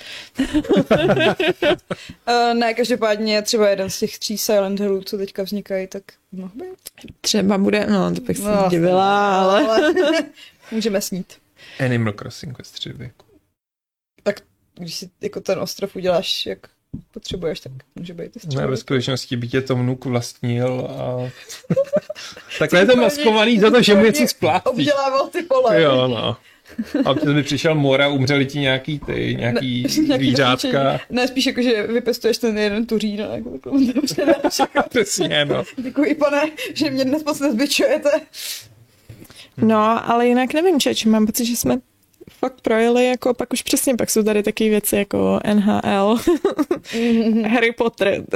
Ne, každopádně třeba jeden z těch 3 Silent Hillů, co teďka vznikají, tak mohl být. Třeba bude, no to bych se divila, ale... Můžeme snít. Animal Crossing ve středověku. Tak když si jako ten ostrov uděláš, jak potřebuješ, tak může být i středověk. Ne, ve skutečnosti by tě to vnuk vlastnil a... Takhle je to maskovaný za to, že mu něco splátí. Obdělával ty pole. Jo, no. A občas by přišel mor a umřeli ti nějaký zvířátka. Ne, spíš jako, že vypestuješ ten jeden tuřín a jako takhle to předáš. Přesně, no. Děkuji, pane, že mě dnes moc nezbyčujete. No, ale jinak nevím, mám pocit, že jsme fakt projeli, jako pak už přesně, pak jsou tady taky věci jako NHL, Harry Potter.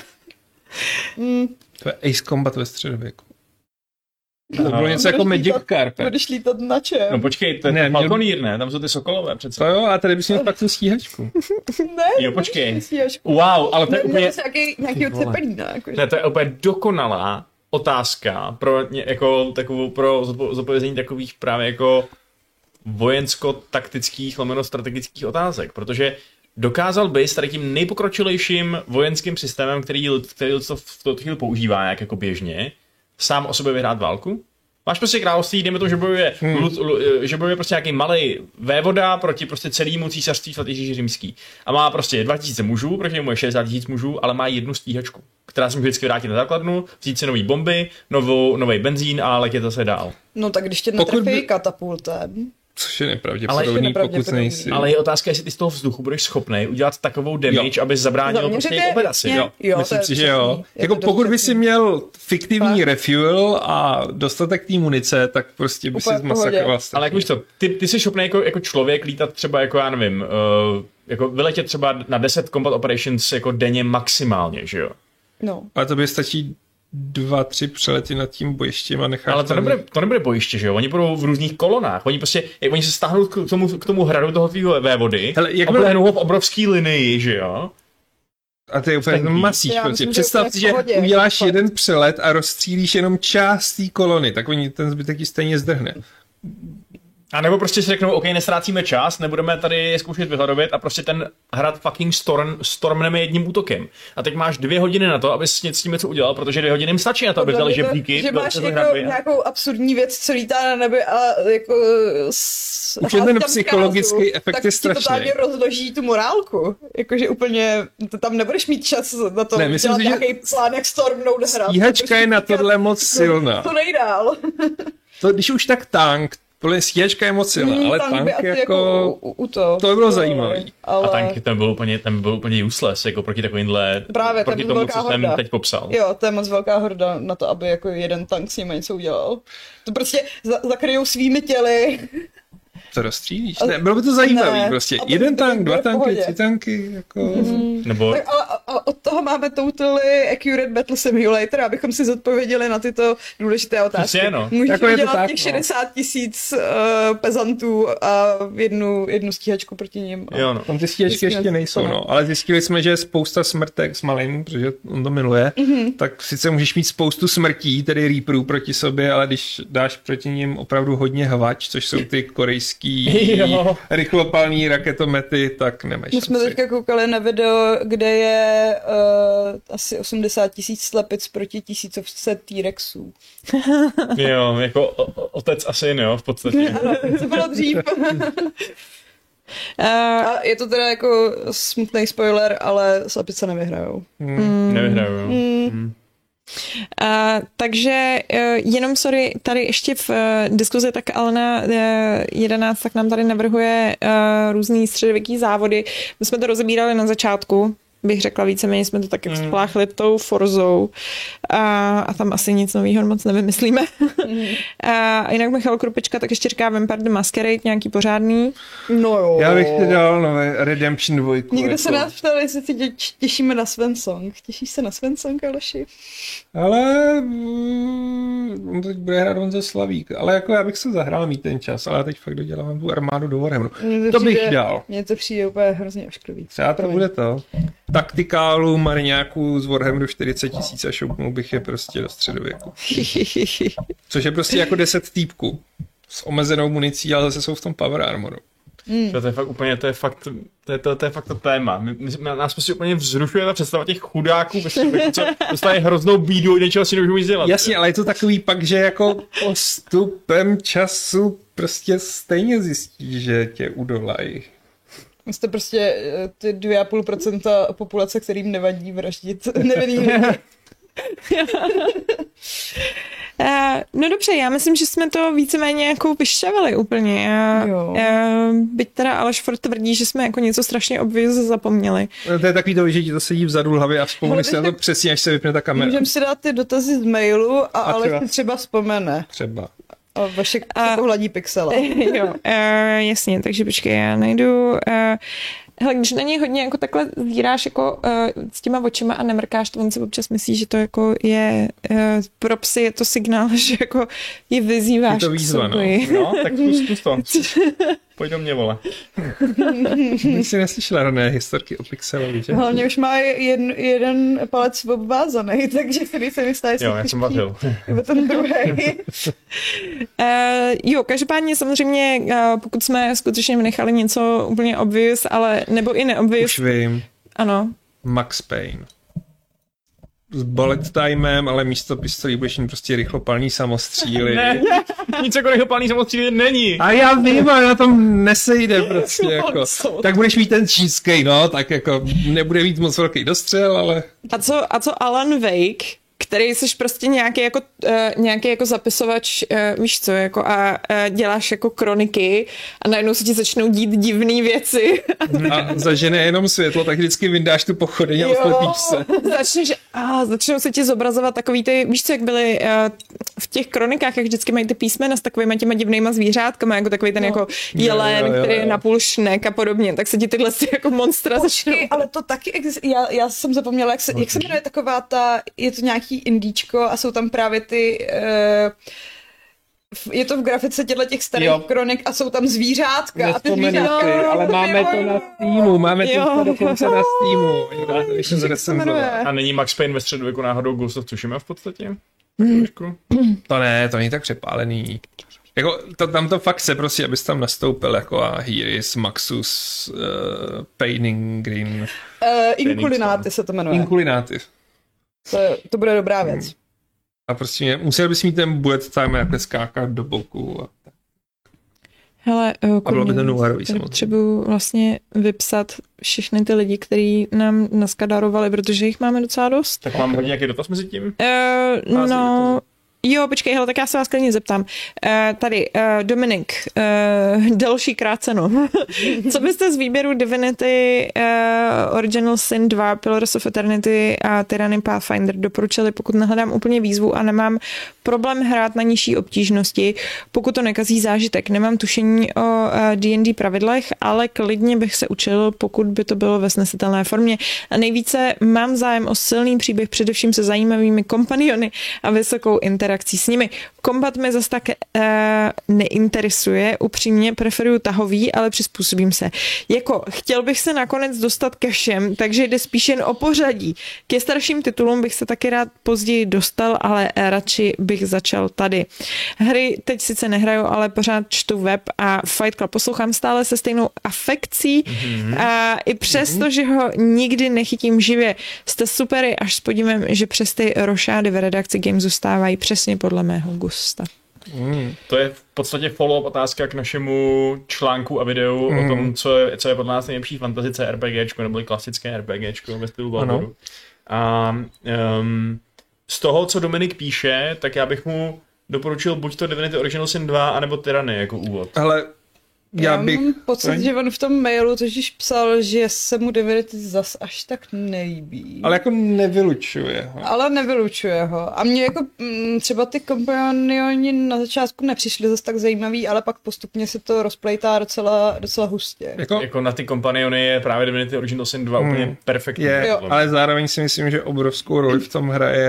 To je Ace Combat ve středověku. To bylo něco jako Magic Carpet. Budeš lítat na čem? No počkej, to je Falconír, ne? Tam jsou ty sokolové přece. To jo, a tady bys měl pak tu stíhačku. Ne, jo, počkej. Stíhačku. Wow, ale to je úplně... Nějaký cepelína. Ne, to je úplně dokonalá otázka pro jako takovou, pro zodpovězení takových právě jako vojensko-taktických strategických otázek, protože dokázal bys tady tím nejpokročilejším vojenským systémem, který to v tuto chvíli používá jak jako běžně, sám o sobě vyhrát válku? Máš prostě království, dejme to, že bojuje prostě nějaký malej vévoda proti prostě celému císařství Svatý římský. A má prostě 2000 mužů, proti němu je 60 000 mužů, ale má jednu stíhačku, která se může vždycky vrátit na základnu, vzít si nový bomby, nový benzín a letět zase dál. No tak když tě natrfí katapultem. Což je nepravděpodobný, pokud nejsi. Ale je otázka, jestli ty z toho vzduchu budeš schopný udělat takovou damage, aby zabránil prostě operaci. Myslím si, že jo. Jako pokud by si měl fiktivní refuel a dostatek té munice, tak prostě by si zmasakroval. Ale jak víš to, ty jsi schopný jako člověk lítat třeba jako, já nevím, jako vyletět třeba na 10 combat operations jako denně maximálně, že jo? No. Ale to by stačí 2-3 přelety nad tím bojištěm a necháš. Ale to nebude bojiště, že jo? Oni budou v různých kolonách. Oni prostě, jak oni se stáhnou k tomu hradu toho tvýho vévody a plehnou ho v obrovský linii, že jo? A to je úplně masíš. Prostě. Představ si, že uděláš jeden přelet a rozstřílíš jenom část té kolony, tak oni ten zbytek ji stejně zdrhne. A nebo prostě si řeknou, OK, nestrácíme čas, nebudeme tady zkoušet vyhledovat a prostě ten hrad fucking stormneme jedním útokem. A teď máš 2 hodiny na to, abys s tím něco udělal, protože 2 hodiny jim stačí na to, aby vzali žebříky. Že máš jako nějakou absurdní věc, co lítá na nebi a jako... Už je ten psychologický efekt je strašný. Tak ti to rozloží tu morálku. Jakože úplně, tam nebudeš mít čas na to, dělat nějaký plán, jak stormnout hrad. Stíhačka je na tohle moc silná. To nejdál. To, když už tak tank, podle stíhačka je moc silná, ale tank jako to by bylo zajímavý. Ale... A tank ten byl úplně useless, jako proti takovýmhle, právě, proti tomu, co jsem teď popsal. Jo, to je moc velká horda na to, aby jako jeden tank s nimi něco udělal. To prostě zakryjou svými těly. To rozstřílíš? Ne, bylo by to zajímavý, prostě. Jeden tank, 2 tanky, 3 tanky, jako... Nebo... Tak, a od toho máme Totally Accurate Battle Simulator, abychom si zodpověděli na tyto důležité otázky. Můžeš jako udělat těch 60 000 pezantů a jednu stíhačku proti nim. Jo, no. Tam ty stíhačky ještě nejsou, no. Ale zjistili jsme, že je spousta smrtek s malým, protože on to miluje, tak sice můžeš mít spoustu smrtí, tedy Reaperů proti sobě, ale když dáš proti nim opravdu hodně hvač, což jsou ty korejský rychlopalný raketomety, tak nemají My jsme teďka koukali na video, kde je asi 80 000 slepic proti 1000 T-Rexů. Jo, jako otec a syn, jo, v podstatě. Ano, to bylo dřív. A je to teda jako smutný spoiler, ale slepice nevyhrajou. Nevyhrajou, jo. Takže jenom sorry, tady ještě v diskuzi tak Alena 11 tak nám tady navrhuje různý středověký závody. My jsme to rozebírali na začátku bych řekla víceméně, jsme to tak jak spláchli tou Forzou a tam asi nic nového moc nevymyslíme. A jinak Michal Krupička tak ještě říká Vampire the Masquerade, nějaký pořádný. No jo. Já bych si dal nové Redemption 2. Někdo se nás ptal, jestli se těšíme na Svensong. Těšíš se na Svensong, Aleši? Ale on teď bude hrát Honza Slavík, ale jako já bych se zahrál mít ten čas, ale já teď fakt dodělávám tu armádu do Warhammeru. To bych dal. Mně to přijde úplně hrozně ošklivý. Třeba to bude to. Taktikálu, mariňáků z Warhammeru 40 000 a šoupnul bych je prostě do středověku. Což je prostě jako 10 týpků s omezenou municí, ale zase jsou v tom power armoru. To je fakt úplně, to je fakt to téma. Nás prostě úplně vzrušuje ta představa těch chudáků, co dostávají hroznou bídu, něčeho si nemůžou nic dělat. Jasně, ale je to takový pak, že jako postupem času prostě stejně zjistí, že tě udolají. Jste prostě ty 2,5% populace, kterým nevadí vraždit nevinný lidi. No dobře, já myslím, že jsme to víceméně jako vyšťavili úplně. Byť teda Aleš furt tvrdí, že jsme jako něco strašně obvious zapomněli. To je takový to, že ti to sedí vzadu v hlavě a vzpomínáš si na to přesně, až se vypne ta kamera. Můžeme si dát ty dotazy z mailu a Aleš si třeba vzpomene. Třeba. A Vašek pohladí pixela. Jo, jasně, takže počkej, já najdu... Hele, když na něj hodně jako takhle zíráš jako s těma očima a nemrkáš, to on si občas myslí, že to jako je pro psy je to signál, že jako je vyzýváš. Je to výzva, no, tak zkus to. Pojď do mě, vole. Bych si neslyšela rodné historky o Pixelovi, že? Hlavně už má jeden palec obvázaný, takže si nejsem jistá, jestli jo, já jsem vařil. Nebo ten druhý. Jo, každopádně samozřejmě, pokud jsme skutečně vynechali něco úplně obvious, ale nebo i neobvious. Už vím. Ano. Max Payne. S bullet timem, ale místo pistolí budeš mít prostě rychlopalný samostříly. Ne, nic jako rychlopalný samostříly není. A já vím, ale na tom nesejde prostě jako. Tak budeš mít ten cheesecake, no, tak jako nebude mít moc velký dostřel, ale... A co Alan Wake, který jsi prostě nějaký jako zapisovač, víš co, jako a děláš jako kroniky a najednou se ti začnou dít divné věci. A zažene jenom světlo, tak vždycky vyndáš tu pochodeň a oslepíš se. Začnou se ti zobrazovat takový ty, víš co, jak byly v těch kronikách, jak vždycky mají ty písmena s takovýma těma divnýma zvířátkama, jako takový ten jako jelén, který je napůl šnek a podobně, tak se ti tyhle jako monstra začnou. Ale to taky existuje, já jsem zapomněla, jak se jmenuje taková ta, je to nějaký indíčko a jsou tam právě ty je to v grafice těch starých kronik a jsou tam zvířátka. A ty zvířátka, ale máme to na Steamu, máme to dokonce na Steamu. A není Max Payne ve středověku náhodou Ghost of Tsushima v podstatě? To ne, to není tak přepálený. Jako, tam to fakt se prostě, abys tam nastoupil jako a here is Maxus Painting Green. Inculinaty se to jmenuje. Inculinaty. To bude dobrá věc. A prostě musel bys mít ten bullet time jako skákat do boku. Hele, a bylo by to nuarový samozřejmě. Potřebuji vlastně vypsat všechny ty lidi, kteří nám dneska darovali, protože jich máme docela dost. Tak mám hodně nějaký dotaz mezi tím? Jo, počkej, hele, tak já se vás klidně zeptám. Tady, Dominik, další kráceno. Co byste z výběru Divinity, Original Sin 2, Pillars of Eternity a Tyranny Pathfinder doporučili, pokud nehledám úplně výzvu a nemám problém hrát na nižší obtížnosti, pokud to nekazí zážitek. Nemám tušení o D&D pravidlech, ale klidně bych se učil, pokud by to bylo ve snesitelné formě. A nejvíce mám zájem o silný příběh, především se zajímavými kompaniony a vysokou interakcí s nimi. Kombat mě zase tak neinteresuje, upřímně preferuju tahový, ale přizpůsobím se. Jako, chtěl bych se nakonec dostat ke všem, takže jde spíš jen o pořadí. Ke starším titulům bych se taky rád později dostal, ale radši bych začal tady. Hry teď sice nehraju, ale pořád čtu web a Fight Club poslouchám stále se stejnou afekcí a i přesto, že ho nikdy nechytím živě. Jste supery, až s podívem, že přes ty rošády v redakci Games zůstávají přesně podle mého gusta. To je v podstatě follow-up otázka k našemu článku a videu o tom, co je podle nás nejlepší fantasy CRPGčko, nebo klasické RPGčko ve stylu Valdoru. A z toho, co Dominik píše, tak já bych mu doporučil buď to Divinity Original Sin 2, anebo Tyranny jako úvod. Ale Já mám pocit, že on v tom mailu totiž psal, že se mu Divinity zas až tak nelíbí. Ale jako nevylučuje ho. Ale nevylučuje ho. A mně jako třeba ty kompanioni na začátku nepřišly zas tak zajímavý, ale pak postupně se to rozplejtá docela hustě. Jako na ty kompaniony je právě Divinity Original Sin 2 úplně perfektní. Ale zároveň si myslím, že obrovskou roli v tom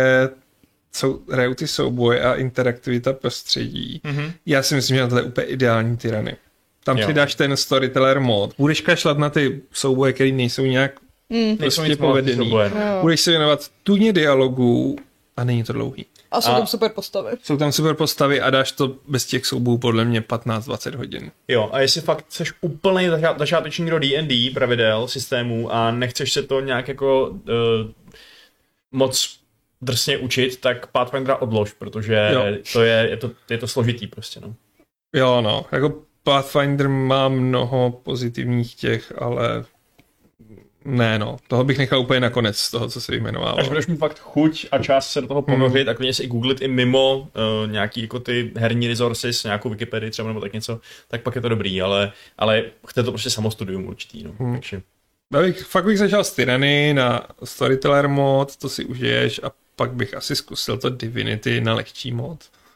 hrajou ty souboje a interaktivita prostředí. Já si myslím, že na to je úplně ideální tyrany. Tam přidáš ten storyteller mod. Budeš kašlat na ty souboje, které nejsou nějak prostě povedený. Budeš se věnovat tuně dialogů a není to dlouhý. A jsou tam super postavy. Jsou tam super postavy a dáš to bez těch soubojů podle mě 15-20 hodin. Jo, a jestli fakt seš úplný začátečník do D&D pravidel, systémů a nechceš se to nějak jako moc drsně učit, tak Pathfindera odlož, protože je to složitý prostě, no. Jo, no, jako Pathfinder má mnoho pozitivních těch, ale ne, no, toho bych nechal úplně nakonec z toho, co se vyjmenovalo. Až budeš mít fakt chuť a čas se do toho ponořit a klidně si i googlit i mimo nějaký jako ty herní resources, nějakou Wikipedii třeba nebo tak něco, tak pak je to dobrý, ale chce to prostě samostudium určitý, no. Takže. Fakt bych začal z Tyranny na Storyteller mod, to si užiješ a pak bych asi zkusil to Divinity na lehčí mod.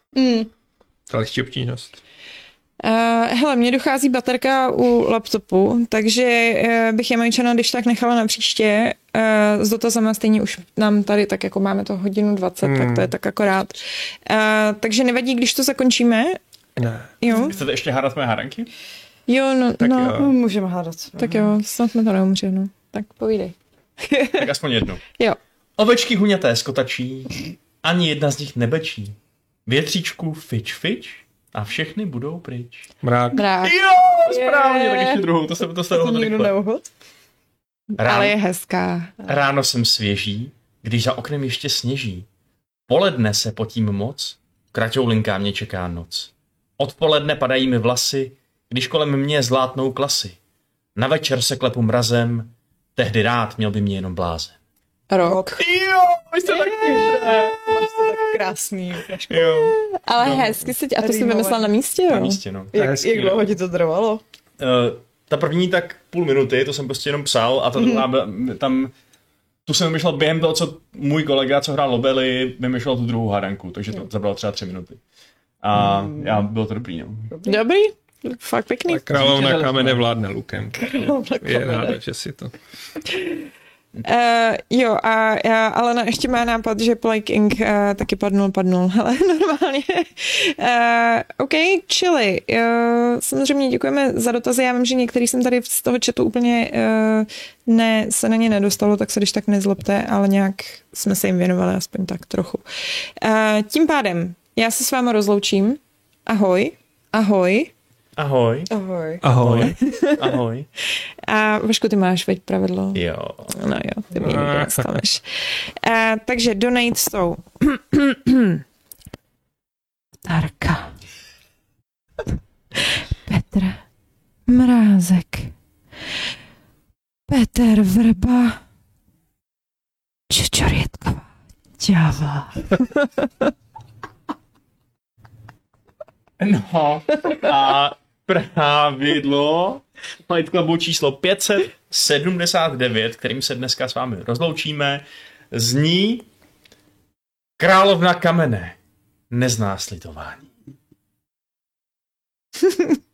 Ta lehčí obtížnost. Hele, mně dochází baterka u laptopu, takže bych Jamajčana když tak nechala na příště s dotazama, stejně už nám tady tak jako máme to 1:20, tak to je tak akorát. Takže nevadí, když to zakončíme? Ne. Jo? Chcete ještě hádat moje hádanky? Jo, no, tak no. Jo. Můžeme hádat. Tak jo, snad jsme to neumře, no. Tak povídej. Tak aspoň jedno. Jo. Ovečky huňaté skotačí, ani jedna z nich nebečí. Větříčku fič fič a všechny budou pryč. Mrák. Jo, správně, tak ještě druhou, to se nikdo neuhod. Ale je hezká. Ráno jsem svěží, když za oknem ještě sněží. Poledne se potím moc, kraťoulinká mě čeká noc. Odpoledne padají mi vlasy, když kolem mě zlátnou klasy. Na večer se klepu mrazem, tehdy rád měl by mě jenom blázen. Rok. Jo, jste tak chytré. Máš to tak krásný. Jo. Ale hezky se a to si vymyslela na místě, jo? Na místě, no. Jak dlouho ti to trvalo? Ta první tak půl minuty, to jsem prostě jenom psal a ta druhá tam tu jsem vymýšlel během toho, co můj kolega, co hrál Lobely, vymýšlel tu druhou hádanku, takže to zabralo třeba 3 minuty. A bylo to dobrý, no. Dobrý? Fakt pěkný. Tak královna kamene vládne lukem. Je ráda, že si to... Jo, a Alena ještě má nápad, že Plague King taky padnul, ale normálně. OK, chili. Samozřejmě děkujeme za dotazy. Já vím, že některý jsem tady z toho chatu úplně se na ně nedostalo, tak se když tak nezlobte, ale nějak jsme se jim věnovali aspoň tak trochu. Tím pádem já se s vámi rozloučím. Ahoj. Ahoj. Ahoj. Ahoj. Ahoj. Ahoj. A Vašku, ty máš veď pravidlo? Jo. No jo, ty mě nikdy neskameš. Takže donate jsou Tarka, Petr Mrázek, Petr Vrba, Čečorětková Ťava. No a pravidlo Fight Clubu číslo 579, kterým se dneska s vámi rozloučíme, zní: Královna kamene nezná slitování.